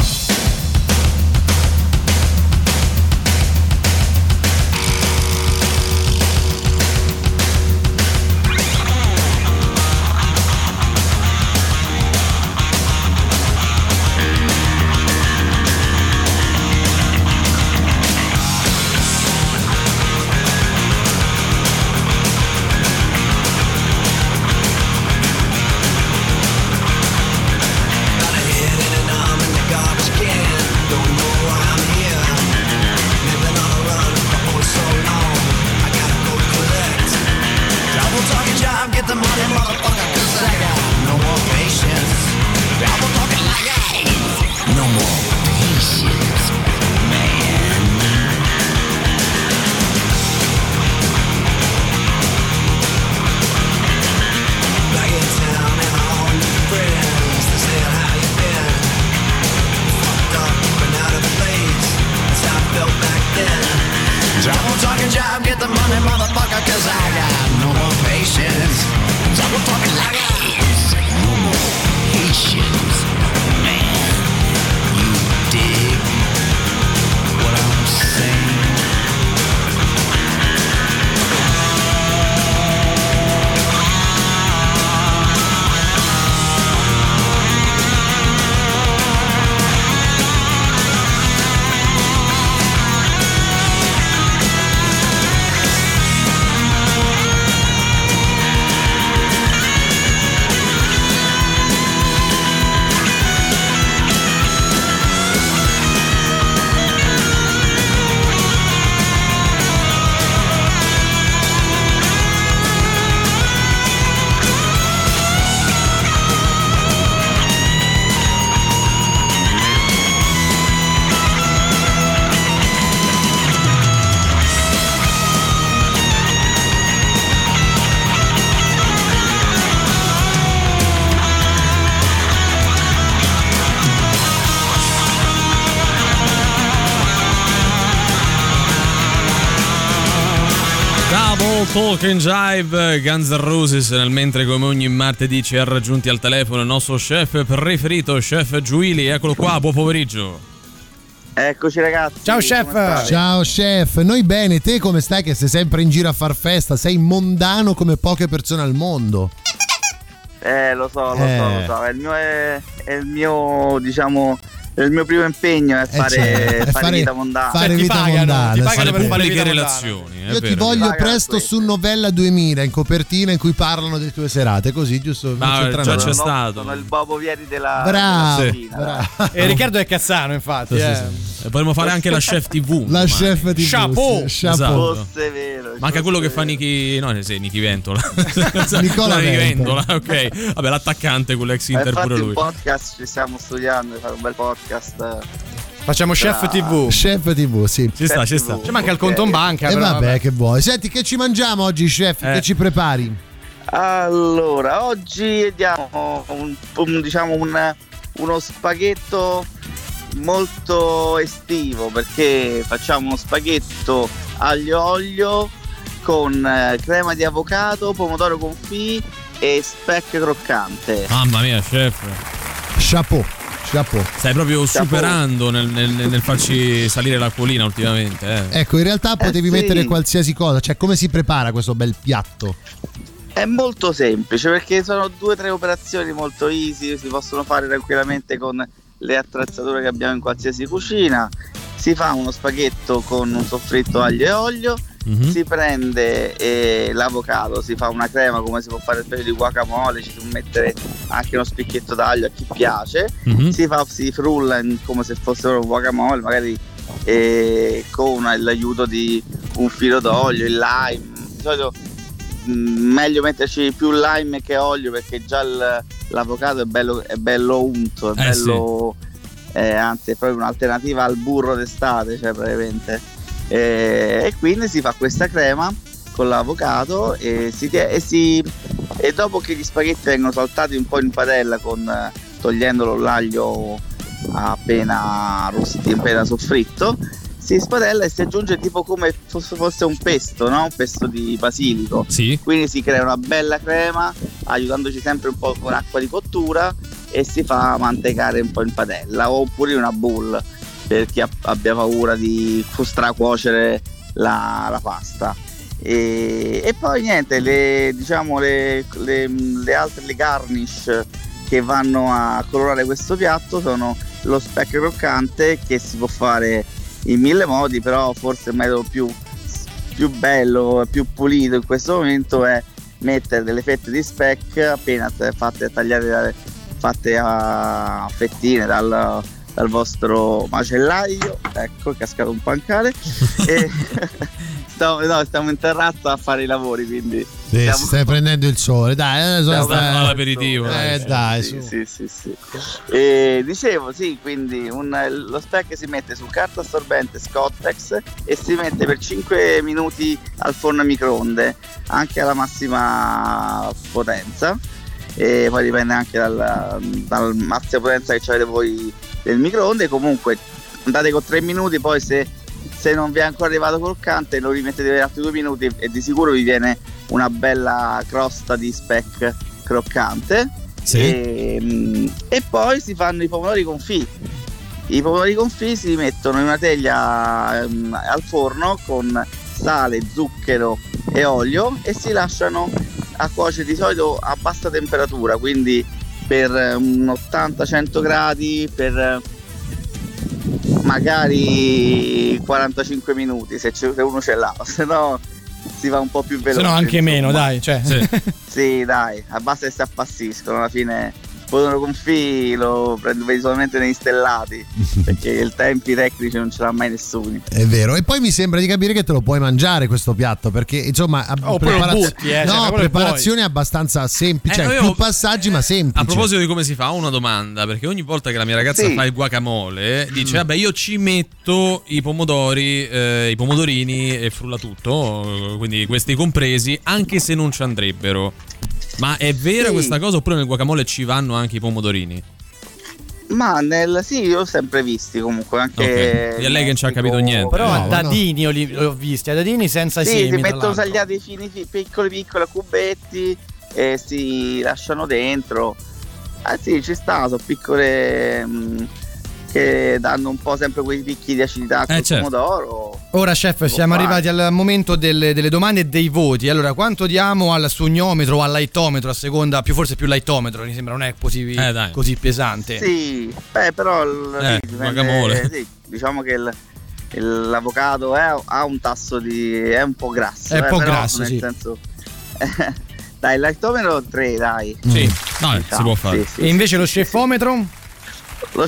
Talk and Jive, Guns N' Roses, nel mentre come ogni martedì ci ha raggiunti al telefono il nostro chef preferito, chef Giuili. Eccolo qua, buon pomeriggio. Eccoci ragazzi. Ciao chef. Ciao chef, noi bene, te come stai che sei sempre in giro a far festa, sei mondano come poche persone al mondo. Lo so, è il mio diciamo il mio primo impegno è fare vita mondana. Fare vita mondana. Ti pagano per fare pubbliche vita relazioni. Io ti voglio presto su Novella 2000 in copertina in cui parlano delle tue serate, così giusto. Ma già c'è stato. Sono il Bobo Vieri della bravo. E Riccardo è Cassano, infatti. E potremmo fare anche la chef TV. La chef TV. Chapeau. Esatto. Fosse vero. Manca quello che fa Nichi. No, sì, Nichi Ventola. Nicola Ventola, ok. Vabbè, l'attaccante con l'ex Inter pure lui. Un podcast ci stiamo studiando, fare un bel podcast. Facciamo chef TV. Chef TV, sì. Ci sta. Ci manca il conto in banca. E vabbè, che vuoi. Senti, che ci mangiamo oggi, chef? Che ci prepari? Allora, oggi diamo uno spaghetto molto estivo, perché facciamo uno spaghetto aglio olio con crema di avocado, pomodoro confit e speck croccante. Mamma mia, chef. Chapeau. Stai proprio superando nel farci salire l'acquolina ultimamente. Ecco, in realtà potevi mettere qualsiasi cosa. Cioè, come si prepara questo bel piatto? È molto semplice, perché sono 2 o 3 operazioni molto easy, si possono fare tranquillamente con le attrezzature che abbiamo in qualsiasi cucina. Si fa uno spaghetto con un soffritto aglio e olio, si prende l'avocado, si fa una crema come si può fare il specie di guacamole, ci si può mettere anche uno spicchietto d'aglio a chi piace, si frulla come se fosse un guacamole, magari con l'aiuto di un filo d'olio, il lime. Di solito meglio metterci più lime che olio, perché già l'avocado è bello unto, è bello anzi è proprio un'alternativa al burro d'estate, cioè praticamente. E quindi si fa questa crema con l'avocado e dopo che gli spaghetti vengono saltati un po' in padella togliendolo l'aglio appena soffritto, si spadella e si aggiunge tipo come fosse un pesto, no? Un pesto di basilico. Sì. Quindi si crea una bella crema, aiutandoci sempre un po' con acqua di cottura, e si fa mantecare un po' in padella, oppure in una bowl per chi abbia paura di stracuocere la pasta. E poi niente, le altre garnish che vanno a colorare questo piatto sono lo speck croccante, che si può fare in 1000 modi, però forse il metodo più bello e più pulito in questo momento è mettere delle fette di speck appena fatte a fettine dal vostro macellaio. Ecco, è cascato un pancale. E stiamo in terrazza a fare i lavori, quindi stai prendendo il sole, dai, all'aperitivo. Sì. E dicevo, sì, quindi lo speck si mette su carta assorbente Scottex e si mette per 5 minuti al forno a microonde, anche alla massima potenza, e poi dipende anche dal massima potenza che avete voi del microonde. Comunque andate con 3 minuti, poi se non vi è ancora arrivato croccante lo rimettete per altri 2 minuti e di sicuro vi viene una bella crosta di speck croccante. Sì. E poi si fanno i pomodori confit. I pomodori confit si mettono in una teglia al forno con sale, zucchero e olio e si lasciano a cuocere di solito a bassa temperatura, quindi per un 80-100 gradi per magari 45 minuti se uno ce l'ha, se no si va un po' più veloce. Se no anche insomma. meno, dai, cioè. Sì, dai, a base che si appassiscono, alla fine pomodoro confit lo vedi solamente negli stellati, perché i tempi tecnici non ce l'ha mai nessuno. È vero. E poi mi sembra di capire che te lo puoi mangiare questo piatto, perché insomma preparazione abbastanza semplice, cioè più passaggi ma semplici. A proposito di come si fa, ho una domanda, perché ogni volta che la mia ragazza fa il guacamole dice vabbè, io ci metto i pomodori, i pomodorini e frullatutto, quindi questi compresi, anche se non ci andrebbero. Ma è vera questa cosa, oppure nel guacamole ci vanno anche i pomodorini? Ma io ho sempre visti comunque anche. Okay. E lei che non ci ha capito niente. Però a dadini li ho visti, a dadini senza semi. Si mettono tagliati fini, piccoli a cubetti e si lasciano dentro. Sì, ci sta, sono piccole che danno un po' sempre quei picchi di acidità col pomodoro. Ora chef, siamo arrivati al momento delle domande e dei voti. Allora, quanto diamo al sugnometro o al lightometro, a seconda, forse più lightometro, mi sembra non è così pesante. Sì, però guacamole. Sì, diciamo che l'avocado ha un tasso è un po' grasso. È un po' però, grasso, nel senso dai, il lightometro 3, dai. Sì, no, si può fare. Sì, e invece lo scefometro? Lo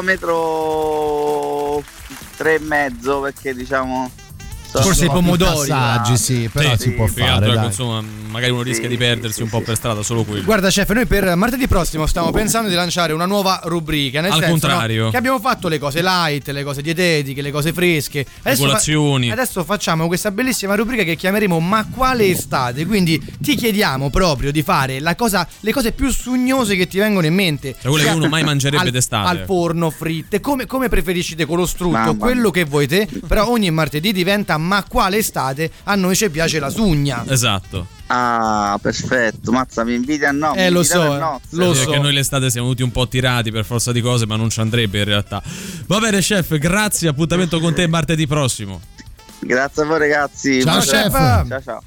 scefometro 3,5, perché diciamo forse i pomodori passaggi, sì, però si può fare, dai. Insomma, magari uno rischia di perdersi un po' per strada, solo quello. Guarda chef, noi per martedì prossimo stiamo pensando di lanciare una nuova rubrica, nel senso, contrario, che abbiamo fatto le cose light, le cose dietetiche, le cose fresche, adesso facciamo questa bellissima rubrica che chiameremo Ma quale estate? Quindi ti chiediamo proprio di fare le cose più sugnose che ti vengono in mente, quelle che uno mai mangerebbe d'estate, al forno, fritte, come preferisci te, con lo strutto, quello che vuoi te, però ogni martedì diventa Ma quale estate? A noi ci piace la sugna. Esatto. Ah, perfetto, mazza, mi inviti a no. Lo so. Che noi l'estate siamo tutti un po' tirati per forza di cose, ma non ci andrebbe in realtà. Va bene chef, grazie, appuntamento con te martedì prossimo. Grazie a voi ragazzi. Ciao chef. Ciao.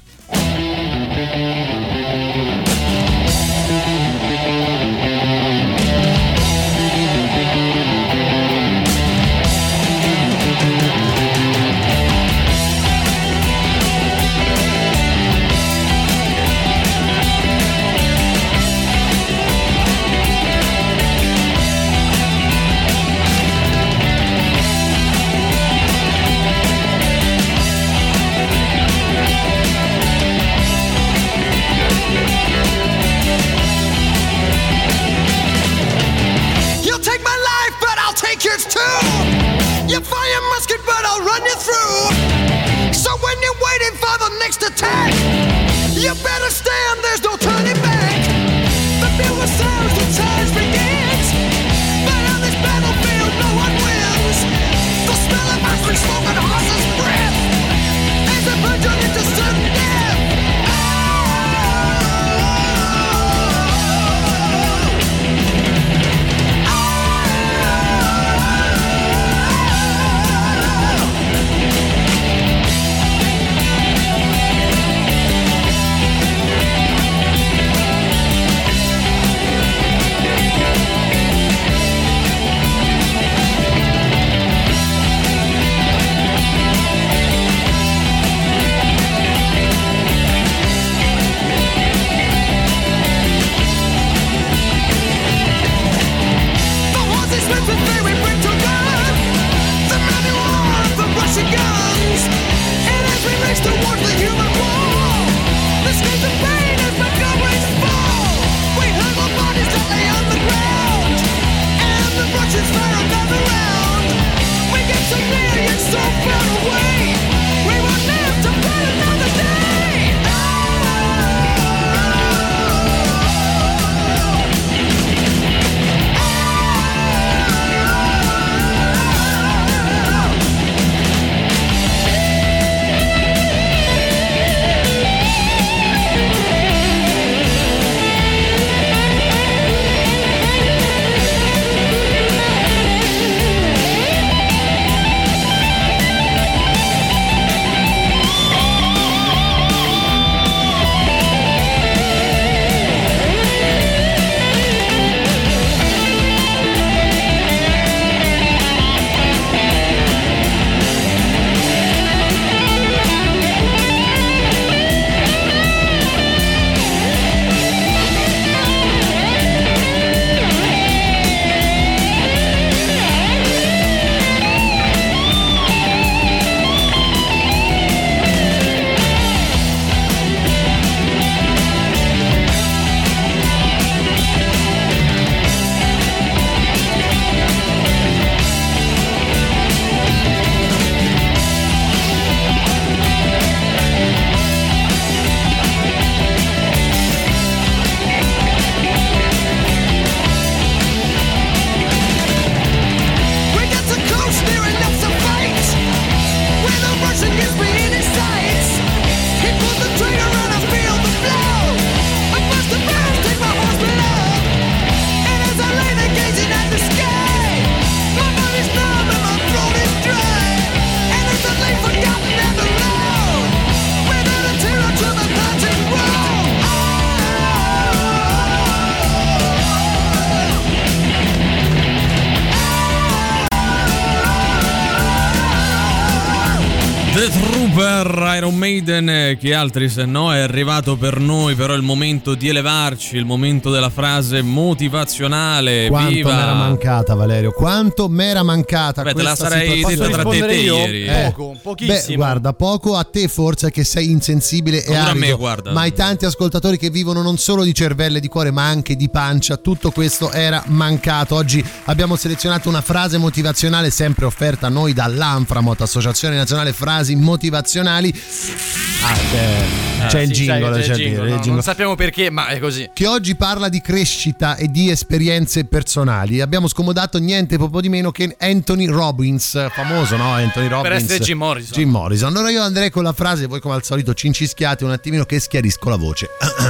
The Trooper, Iron Maiden, chi altri se no, è arrivato per noi però il momento di elevarci, il momento della frase motivazionale. Quanto Viva! m'era mancata, Valerio, quanto m'era mancata. Beh, te la questa sarei situazione. detta tra te e ieri. Pochissimo. Beh, guarda, poco a te forse che sei insensibile e Pure a arido, me, guarda. ma ai tanti ascoltatori che vivono non solo di cervello e di cuore ma anche di pancia, tutto questo era mancato. Oggi abbiamo selezionato una frase motivazionale sempre offerta a noi dall'Anframot, Associazione Nazionale Frasi Motivazionali. C'è il jingle, c'è il jingle. Non sappiamo perché, ma è così. Che oggi parla di crescita e di esperienze personali. Abbiamo scomodato niente poco di meno che Anthony Robbins, famoso, no? Anthony Robbins. Per essere Jim Morrison. Jim Morrison. Allora io andrei con la frase, voi come al solito cincischiate un attimino che schiarisco la voce.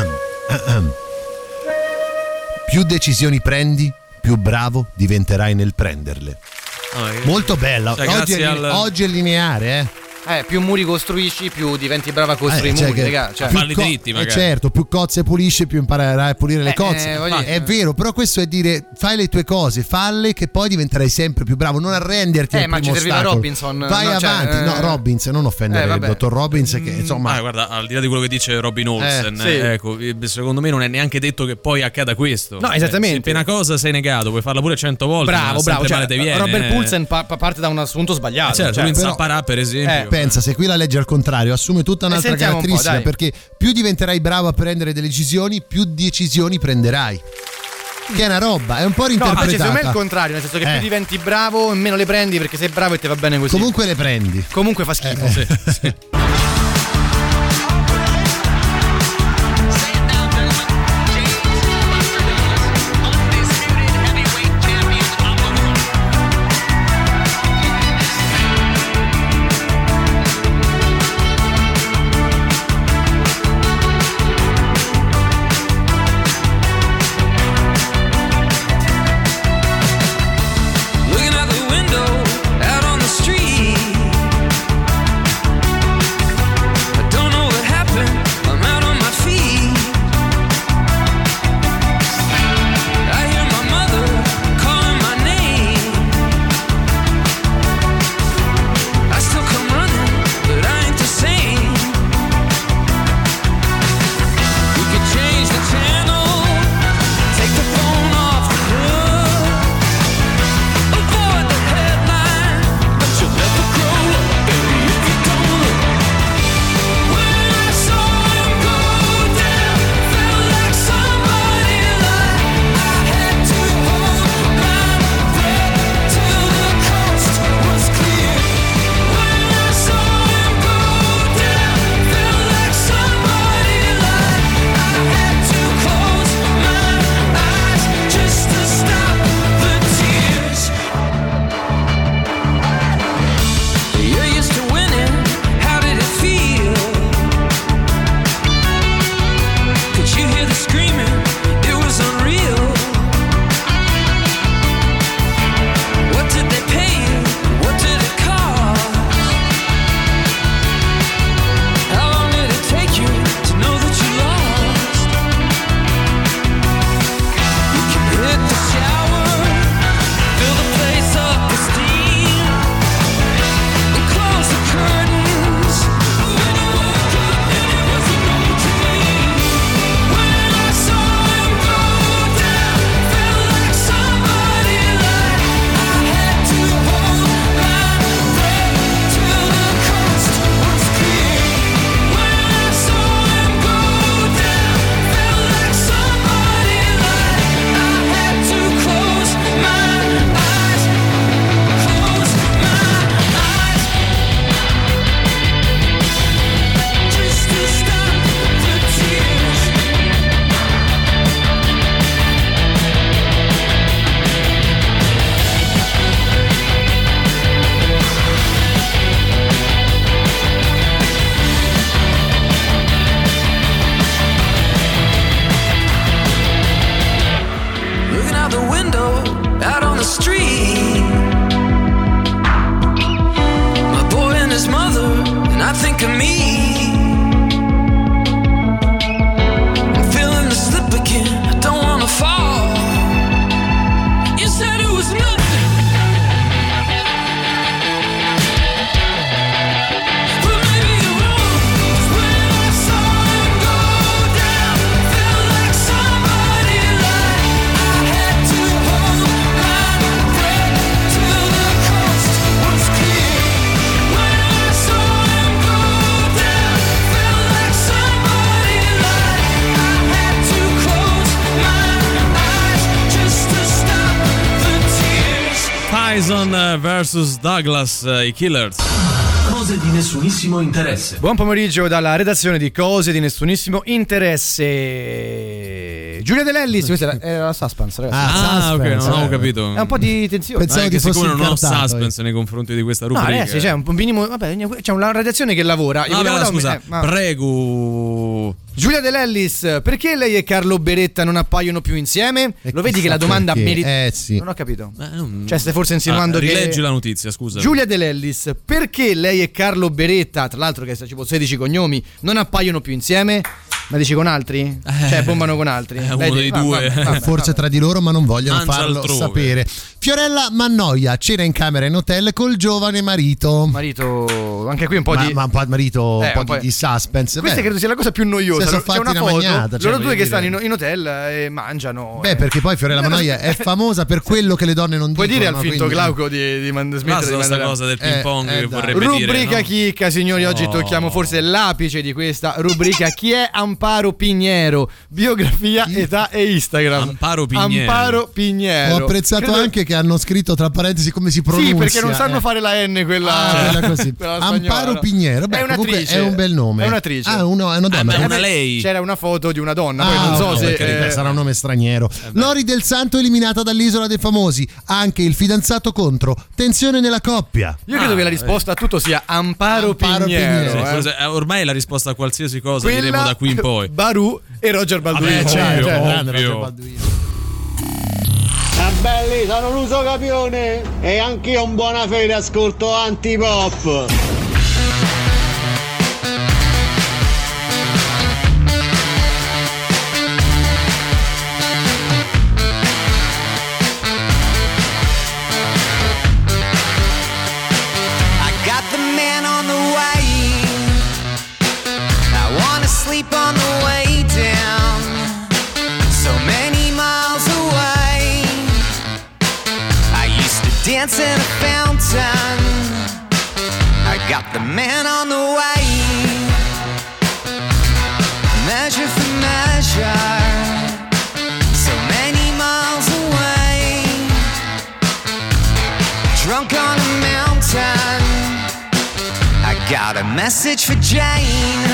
Più decisioni prendi, più bravo diventerai nel prenderle. Molto bella. Cioè, oggi è lineare, più muri costruisci, più diventi brava a costruire muri, raga. Cioè, falli dritti, magari. Certo, più cozze pulisci, più imparerai a pulire le cozze. È vero, però questo è dire fai le tue cose, falle che poi diventerai sempre più bravo, non arrenderti al ma primo ci serviva ostacolo. Robinson. Vai avanti. No, Robbins, non offendere il dottor Robbins che insomma guarda, al di là di quello che dice Robin Olsen, sì. ecco, secondo me non è neanche detto che poi accada questo. No, esattamente. Se per una cosa sei negato, puoi farla pure 100 volte. Bravo. Male Cioè, te viene, Robert Poulsen parte da un assunto sbagliato. Certo, lui in Zapparà, per esempio. pensa, se qui la legge al contrario assume tutta un'altra caratteristica, perché più diventerai bravo a prendere delle decisioni, più decisioni prenderai. Che è una roba, è un po' reinterpretata. No, secondo me è il contrario, nel senso che più diventi bravo e meno le prendi, perché sei bravo e ti va bene così. Comunque le prendi. Comunque fa schifo. Sì. Jason vs Douglas, i Killers. Cose di nessunissimo interesse. Buon pomeriggio dalla redazione di Cose di nessunissimo interesse. Giulia De Lellis, questa era la suspense, ragazzi. Ok, non avevo capito. È un po' di tensione. Pensavo che fossi siccome non ho incartato, suspense nei confronti di questa rubrica. No, ragazzi, c'è un minimo. Vabbè, c'è una redazione che lavora. Scusa, prego. Giulia De Lellis, perché lei e Carlo Beretta non appaiono più insieme? Lo vedi che la domanda merita. Sì. Non ho capito. Cioè, stai forse insinuando che. Rileggi la notizia, scusa. Giulia De Lellis, perché lei e Carlo Beretta, tra l'altro che tipo 16 cognomi, non appaiono più insieme? Ma dici con altri? Cioè, bombano con altri? Uno dei due. Forse tra di loro, ma non vogliono Mangia farlo altrove. sapere. Fiorella Mannoia, cena in camera in hotel col giovane marito. Marito, anche qui un po' di. Ma un po' marito, un po' di suspense. Questa credo sia la cosa più noiosa. Se sono C'è una fatti una foto, magnata, cioè, loro due che voglio stanno in hotel e mangiano. Beh, perché poi Fiorella Mannoia è famosa per quello che le donne non Puoi dicono. dire al finto quindi... Glauco di smettere di questa mandare cosa del ping pong che vorrebbe rubrica dire, no? chicca, signori, oggi tocchiamo forse l'apice di questa rubrica. Chi è Amparo Pignero? Biografia, età e Instagram. Amparo Pignero. Ho apprezzato anche che hanno scritto tra parentesi come si pronuncia. Sì, perché non sanno fare la N quella così. quella Amparo Pignero. Beh, è un'attrice. È un bel nome. È un'attrice. È una donna. È una lei. C'era una foto di una donna, poi non so se sarà un nome straniero. Lori Del Santo eliminata dall'Isola dei Famosi. Anche il fidanzato contro. Tensione nella coppia. Io credo che la risposta a tutto sia Amparo Pignero. Sì, forse, ormai è la risposta a qualsiasi cosa, diremo da qui in poi. Baru e Roger Balduino. Belli, sono l'uso capione e anch'io un buona fede ascolto Antipop. I got the man on the way. I wanna sleep on the way down. So many miles away. I used to dance in a fountain. I got the man on the way. Measure for measure. So many miles away. Drunk on a mountain. I got a message for Jane.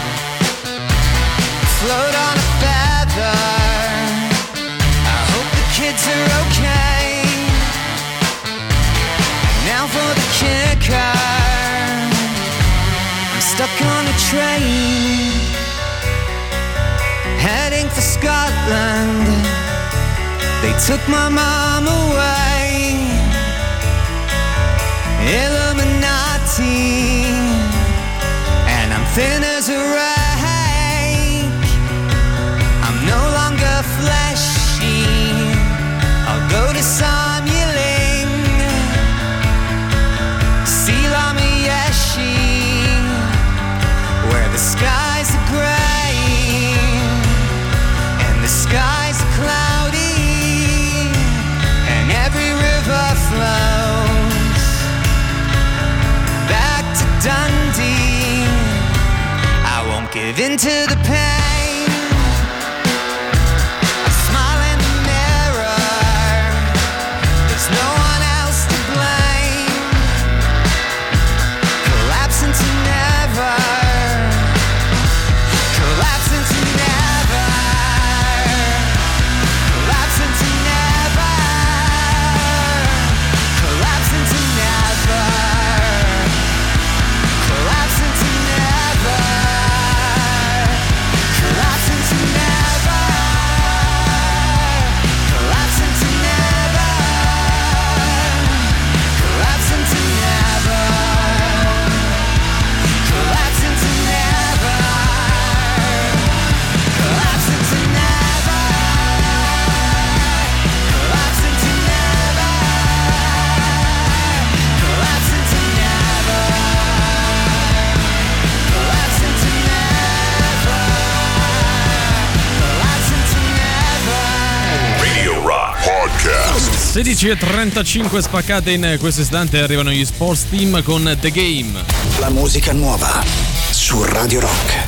Float on a feather. I hope the kids are okay. Now for the kicker. I'm stuck on a train. Heading for Scotland. They took my mom away. Illuminati. And I'm thin as a rake. I'm no longer fleshy. I'll go to Samueling. Silamiyeshi. Where the skies are gray. And the skies are cloudy. And every river flows back to Dundee. I won't give in to the pain. I smile in the mirror. There's no one else to blame. Collapse into never. Collapse into never. Collapse into never. Collapse into never. Collapse into never. Collapse into never. Collapse into never. Collapse into never. Collapse into never. Collapse into never. Collapse into never. Collapse into never. Collapse into never. Collapse into never. Radio Rock Podcast. 16:35 spaccate in questo istante, arrivano gli Sports Team con The Game. La musica nuova su Radio Rock.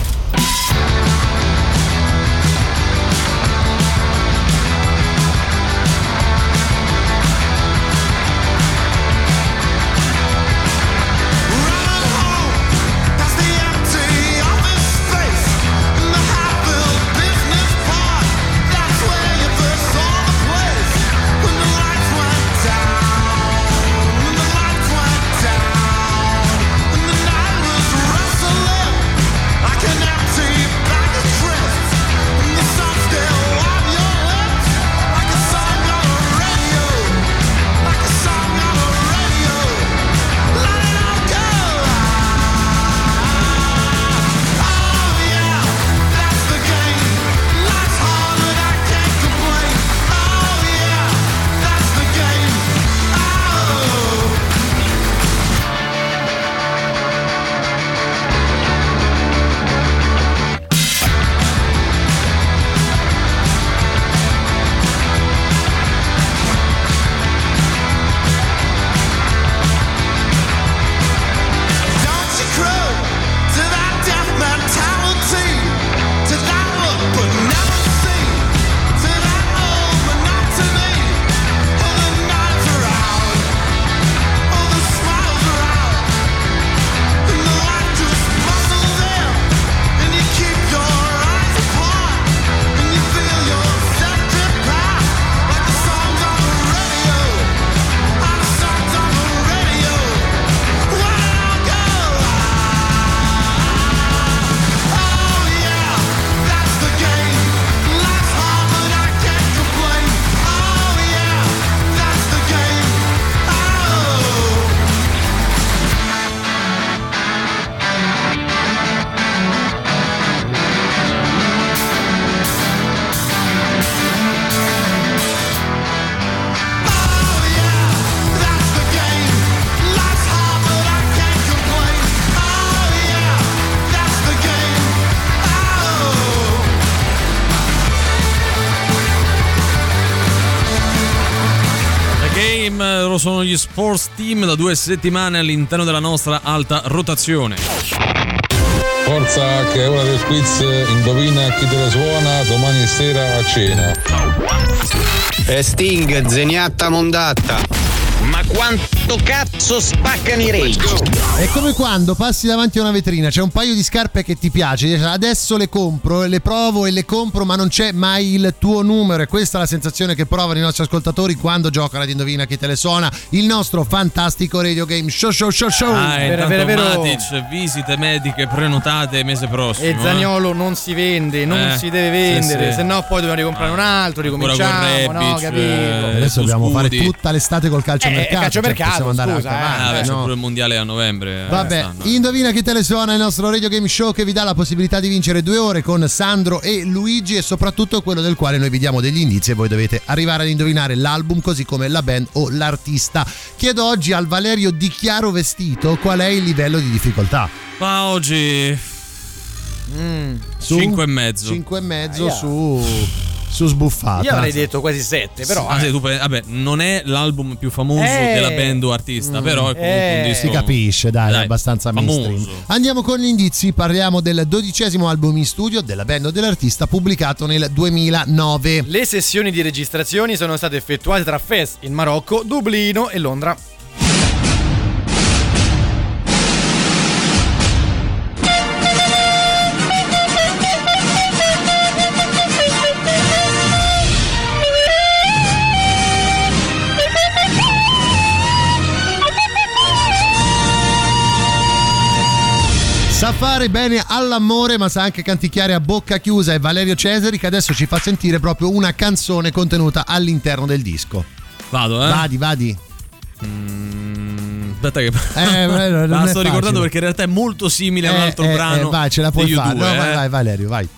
sono gli Sports Team da 2 settimane all'interno della nostra alta rotazione. Forza che è ora del quiz, indovina chi te la suona domani sera a cena. Sting, Zeniatta Mondatta. Ma quanto cazzo spaccano i Rage? È come quando passi davanti a una vetrina, c'è un paio di scarpe che ti piace, dici, adesso le compro, le provo e le compro, ma non c'è mai il tuo numero. E questa è la sensazione che provano i nostri ascoltatori quando giocano ad Indovina chi te le suona, il nostro fantastico radio game show. Vero. Matic, visite mediche prenotate mese prossimo. E Zaniolo non si vende, non si deve vendere, se no poi dobbiamo ricomprare un altro, ricominciamo, no, capito? Adesso dobbiamo fare tutta l'estate col calcio. Calciomercato, andare scusa, anche avanti, c'è no? pure il mondiale a novembre. Vabbè, indovina chi te le suona, il nostro radio game show che vi dà la possibilità di vincere 2 ore con Sandro e Luigi, e soprattutto quello del quale noi vi diamo degli indizi e voi dovete arrivare ad indovinare l'album così come la band o l'artista. Chiedo oggi al Valerio di Chiaro Vestito qual è il livello di difficoltà. Ma oggi 5,5. 5,5 su sbuffata. Io avrei detto quasi 7, però. Vabbè, non è l'album più famoso della band o artista, però è comunque un disco. Si capisce, dai, è abbastanza mainstream. Andiamo con gli indizi, parliamo del 12° album in studio della band o dell'artista pubblicato nel 2009. Le sessioni di registrazioni sono state effettuate tra Fez in Marocco, Dublino e Londra. Sa fare bene all'amore, ma sa anche canticchiare a bocca chiusa. È Valerio Cesari che adesso ci fa sentire proprio una canzone contenuta all'interno del disco. Vado, Vadi. Aspetta che la sto ricordando perché in realtà è molto simile a un altro brano. Vai, ce la puoi fare. Due, vai Valerio, vai.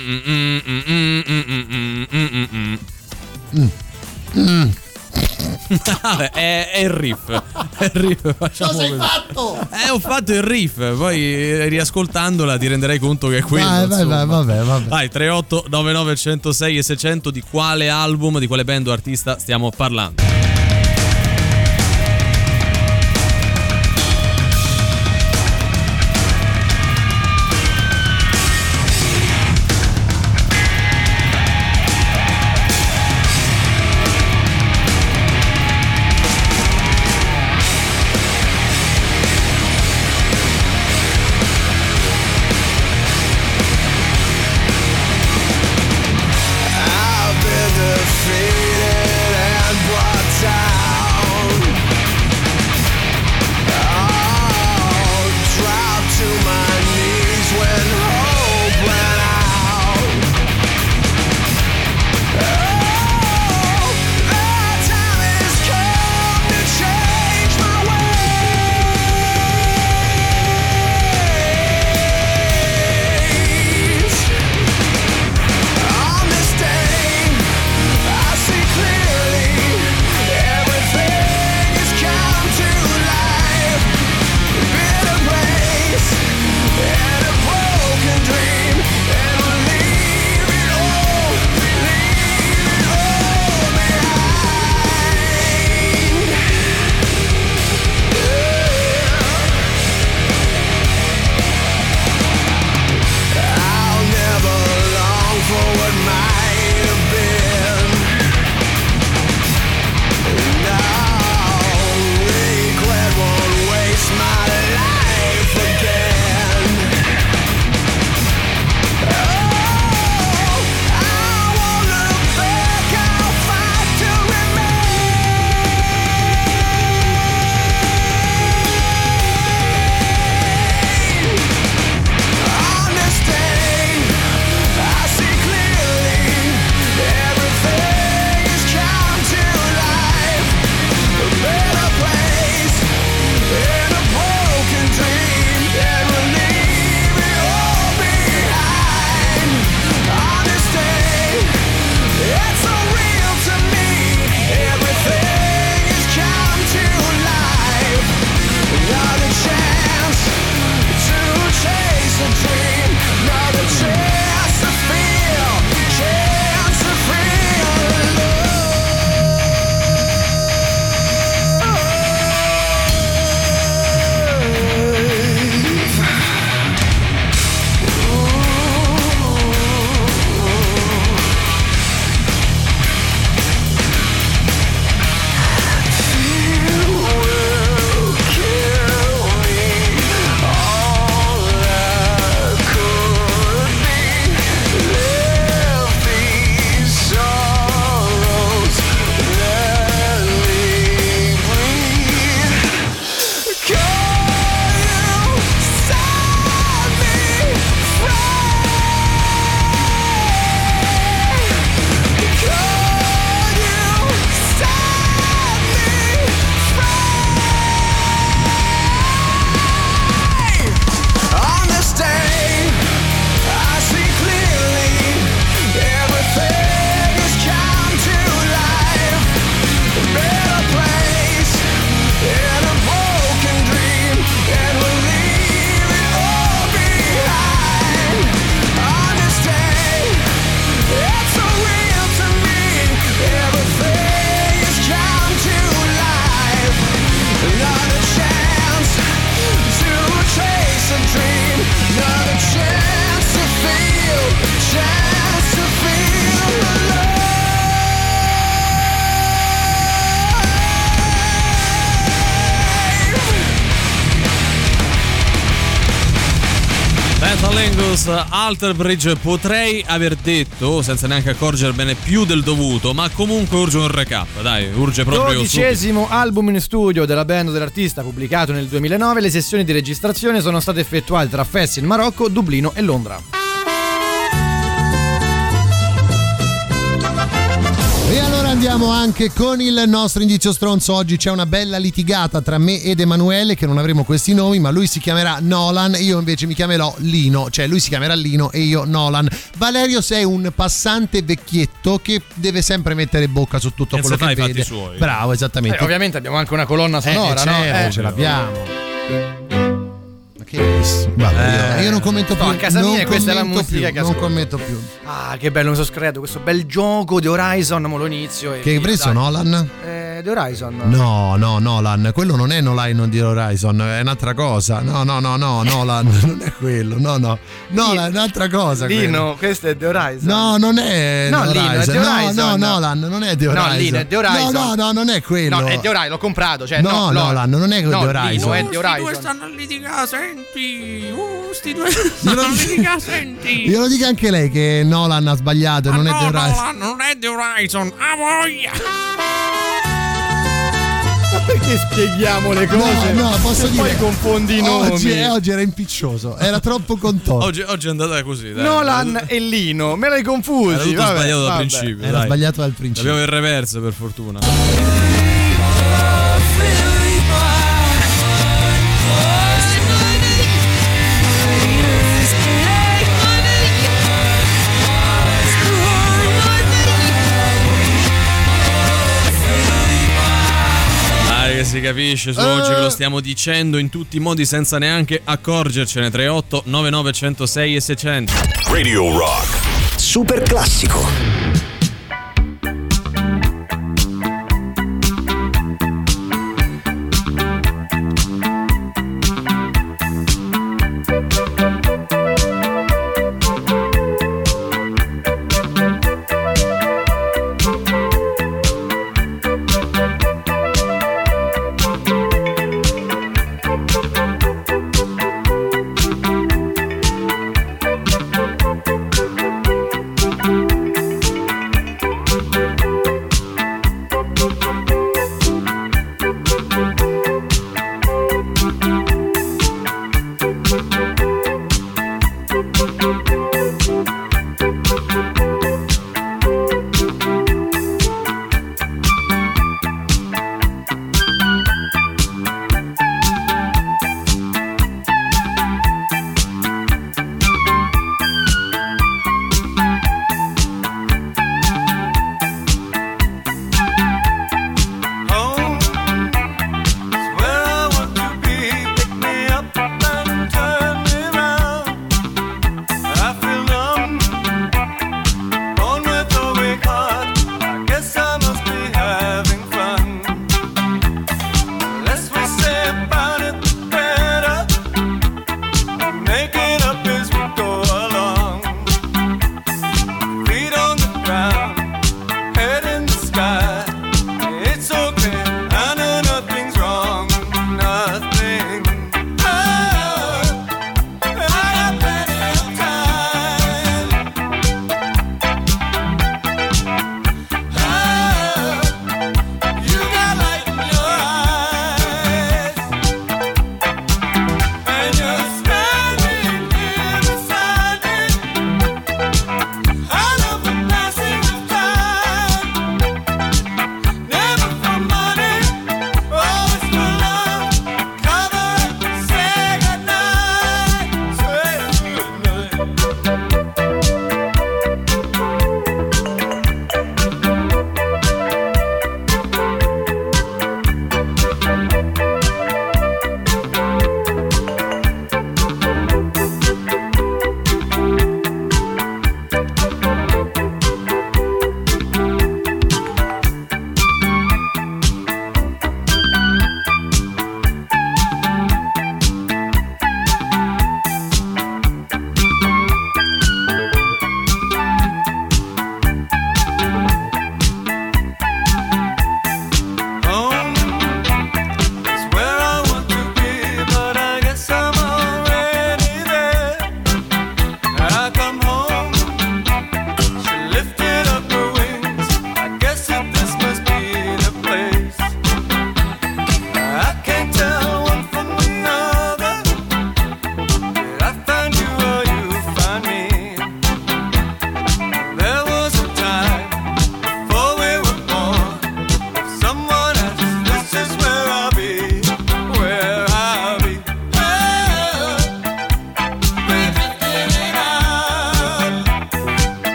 È il riff. Cosa hai fatto? Ho fatto il riff. Poi riascoltandola ti renderai conto che è quello. Vabbè. Vai, 38 99 106 e 600. Di quale album, di quale band o artista stiamo parlando? I've been defeated and brought down. Metalingus, Alter Bridge. Potrei aver detto, senza neanche accorgermene, più del dovuto, ma comunque urge un recap, dai, urge proprio 12° album in studio della band dell'artista, pubblicato nel 2009. Le sessioni di registrazione sono state effettuate tra Fes in Marocco, Dublino e Londra. E allora andiamo anche con il nostro indizio stronzo. Oggi c'è una bella litigata tra me ed Emanuele, che non avremo questi nomi, ma lui si chiamerà Nolan, io invece mi chiamerò Lino, cioè lui si chiamerà Lino e io Nolan. Valerio, sei un passante vecchietto che deve sempre mettere bocca su tutto quello che vede. Suoi. Bravo, esattamente. Ovviamente abbiamo anche una colonna sonora, certo, no? Ce l'abbiamo. Io non commento più. A casa mia questa è la musica che non commento più. Ah, che bello, mi sono scredato questo bel gioco di Horizon, mo lo inizio. Che hai preso, Nolan? Di Horizon. No, Nolan, quello non è Nolan di Horizon, è un'altra cosa. No, Nolan, non è quello. No, Nolan è un'altra cosa. Lino, questo è di Horizon. No, non è No, Lino, è di Horizon. No, Nolan, non è di Horizon. No, Lino, è di Horizon. No, non è quello. No, è di Horizon, l'ho comprato, cioè no, Nolan, non è di Horizon. Lino, è di Horizon. Due stanno a litigare, senti. Sti due stanno a litigare, senti. Glielo dica anche lei che Nolan ha sbagliato e non è di Horizon. Nolan non è di Horizon, a voglia. Perché spieghiamo le cose? No, posso dire. Poi confondi i nomi. Oggi era impiccioso, era troppo contorto. Oggi è andata così, dai. Nolan e Lino, me l'hai confusi. Era tutto sbagliato dal principio. Era sbagliato dal principio. Abbiamo il reverse, per fortuna. Che si capisce, su oggi ve lo stiamo dicendo in tutti i modi senza neanche accorgercene. 38 99 106 e 600. Radio Rock Super classico.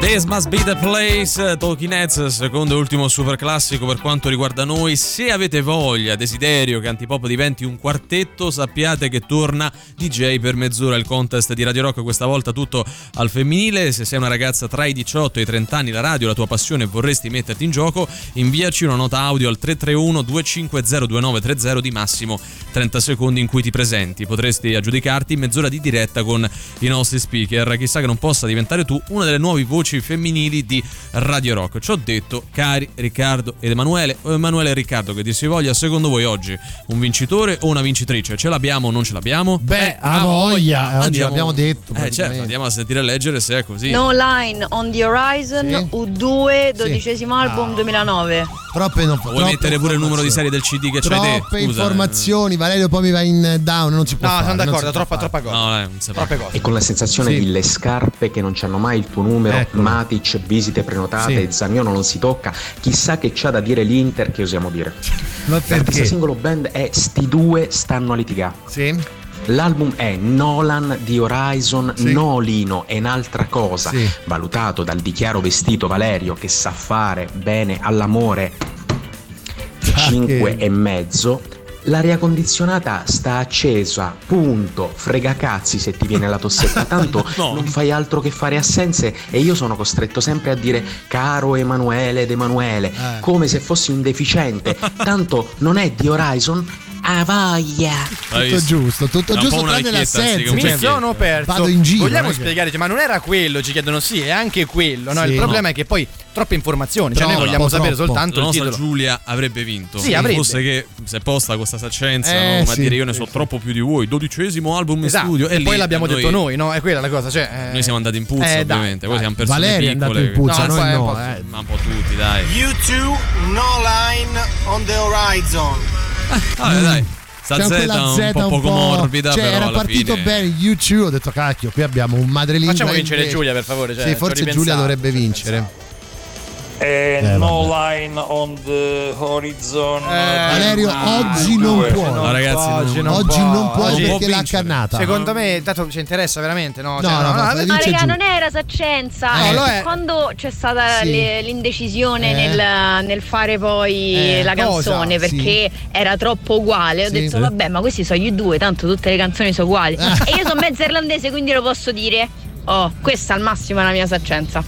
This Must Be The Place, Talking Heads, secondo e ultimo super classico per quanto riguarda noi. Se avete voglia, desiderio che Antipop diventi un quartetto, sappiate che torna DJ per mezz'ora, il contest di Radio Rock, questa volta tutto al femminile. Se sei una ragazza tra i 18 e i 30 anni, la radio è la tua passione e vorresti metterti in gioco, inviaci una nota audio al 331 250 2930 di massimo 30 secondi in cui ti presenti. Potresti aggiudicarti mezz'ora di diretta con i nostri speaker. Chissà che non possa diventare tu una delle nuove voci femminili di Radio Rock. Ci ho detto, cari Riccardo ed Emanuele, o Emanuele e Riccardo che dir si voglia, secondo voi oggi un vincitore o una vincitrice? Ce l'abbiamo o non ce l'abbiamo? Beh, a voglia, oggi l'abbiamo detto. Certo, andiamo a sentire e leggere se è così. No Line on the Horizon, sì. U2, 12° album 2009. Vuoi mettere pure il numero di serie del CD che c'hai te? Troppe informazioni, Valerio, poi mi va in down, non si può fare. No, sono d'accordo, troppa cosa. No, non si troppe cose. E con la sensazione di le scarpe che non c'hanno mai il tuo numero, Matic, visite prenotate, Zaniolo non si tocca, chissà che c'ha da dire l'Inter che osiamo dire. Ma perché? L'artista singolo band è Sti due stanno a litigare. Sì. L'album è Nolan di Horizon, Nolino è un'altra cosa, valutato dal dichiaro vestito Valerio che sa fare bene all'amore 5,5. L'aria condizionata sta accesa, punto, frega cazzi se ti viene la tossetta, tanto non fai altro che fare assenze e io sono costretto sempre a dire caro Emanuele ed Emanuele, come se fossi un deficiente, tanto non è di Horizon. A voglia. Tutto giusto tranne l'assenza. Mi sono perso. Vado in giro. Vogliamo spiegare, ma non era quello, ci chiedono, sì, è anche quello, no? Il problema è che poi troppe informazioni, cioè noi vogliamo sapere soltanto il titolo. Giulia avrebbe vinto. Sì, avrebbe. Fosse che se posta questa saccenza, ma dire io ne so troppo più di voi, 12° album in studio e poi l'abbiamo detto noi, no? È quella la cosa, cioè noi siamo andati in puzza, ovviamente. Poi siamo persone Valerio piccole. È andato in puzza, noi no, ma un po' tutti, dai. U2 No Line on the Horizon. Vabbè, dai. Sta Z un po' poco morbida, cioè, però era partito fine... bene U2, ho detto cacchio, qui abbiamo un madrelingua. Facciamo vincere Giulia, per favore. Cioè, sì, forse Giulia dovrebbe vincere. No Line on the Horizon. Valerio, oggi non può. No, ragazzi, oggi non può perché l'ha accannata. Secondo me, tanto ci interessa veramente, no? Ma raga, non era saccenza. Quando c'è stata l'indecisione nel fare poi la canzone, perché era troppo uguale, ho detto vabbè, ma questi sono gli due, tanto tutte le canzoni sono uguali. E io sono mezza irlandese, quindi lo posso dire. Oh, questa al massimo è la mia saccenza.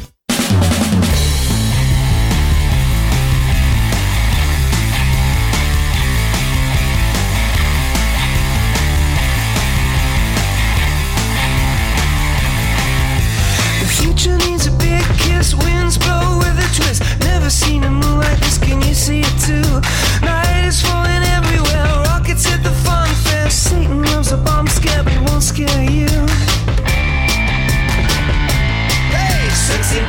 Winds blow with a twist. Never seen a moon like this. Can you see it too? Night is falling everywhere. Rockets hit the fun fair. Satan loves a bomb scare, but it won't scare you. Hey, sexy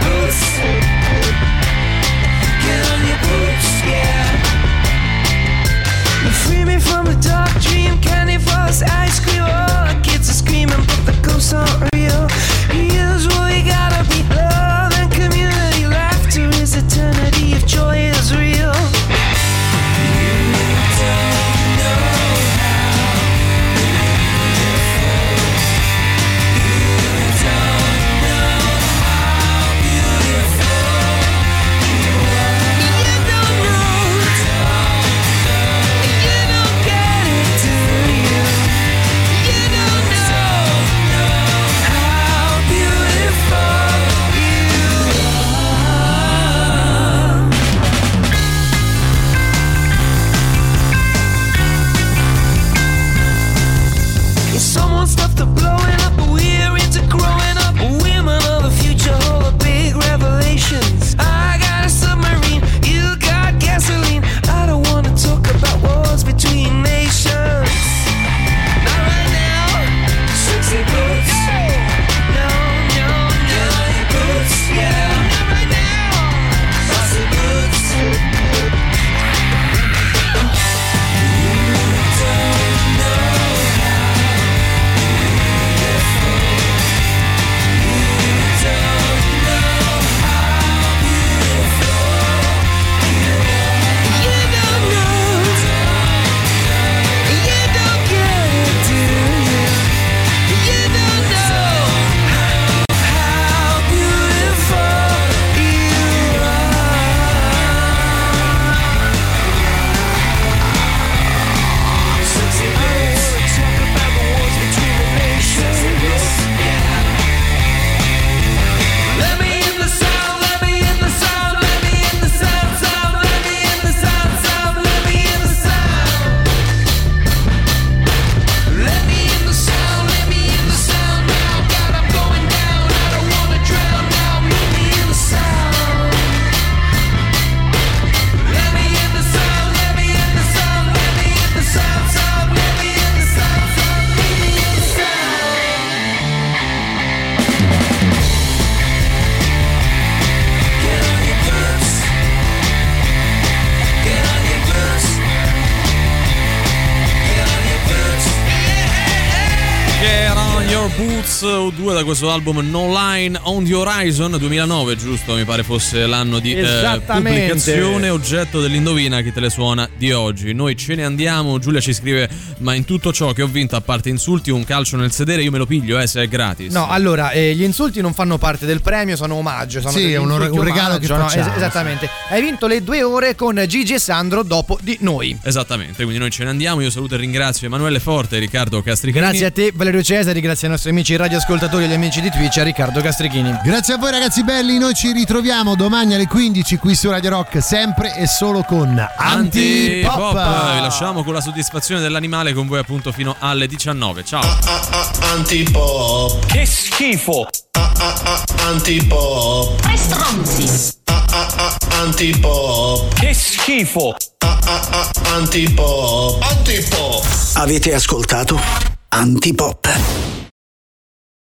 Get on Your Boots, U2 da questo album No Line on the Horizon 2009, giusto? Mi pare fosse l'anno di pubblicazione, oggetto dell'indovina chi te le suona di oggi. Noi ce ne andiamo. Giulia ci scrive: ma in tutto ciò che ho vinto, a parte insulti, un calcio nel sedere, io me lo piglio se è gratis. No, allora gli insulti non fanno parte del premio, sono omaggio, sono sì, è un regalo che facciamo. Esattamente. Hai vinto le 2 ore con Gigi e Sandro dopo di noi. Esattamente, quindi noi ce ne andiamo. Io saluto e ringrazio Emanuele Forte e Riccardo Castrichini. Grazie a te Valerio Cesari, grazie ai nostri amici radioascoltatori e agli amici di Twitch, a Riccardo Castrichini. Grazie a voi ragazzi belli, noi ci ritroviamo domani alle 15 qui su Radio Rock, sempre e solo con Antipop. Vi lasciamo con la soddisfazione dell'animale con voi appunto fino alle 19. Ciao. Antipop. Che schifo. Antipop. Che stronzi. Antipop. Che schifo. Antipop. Antipop. Avete ascoltato Antipop.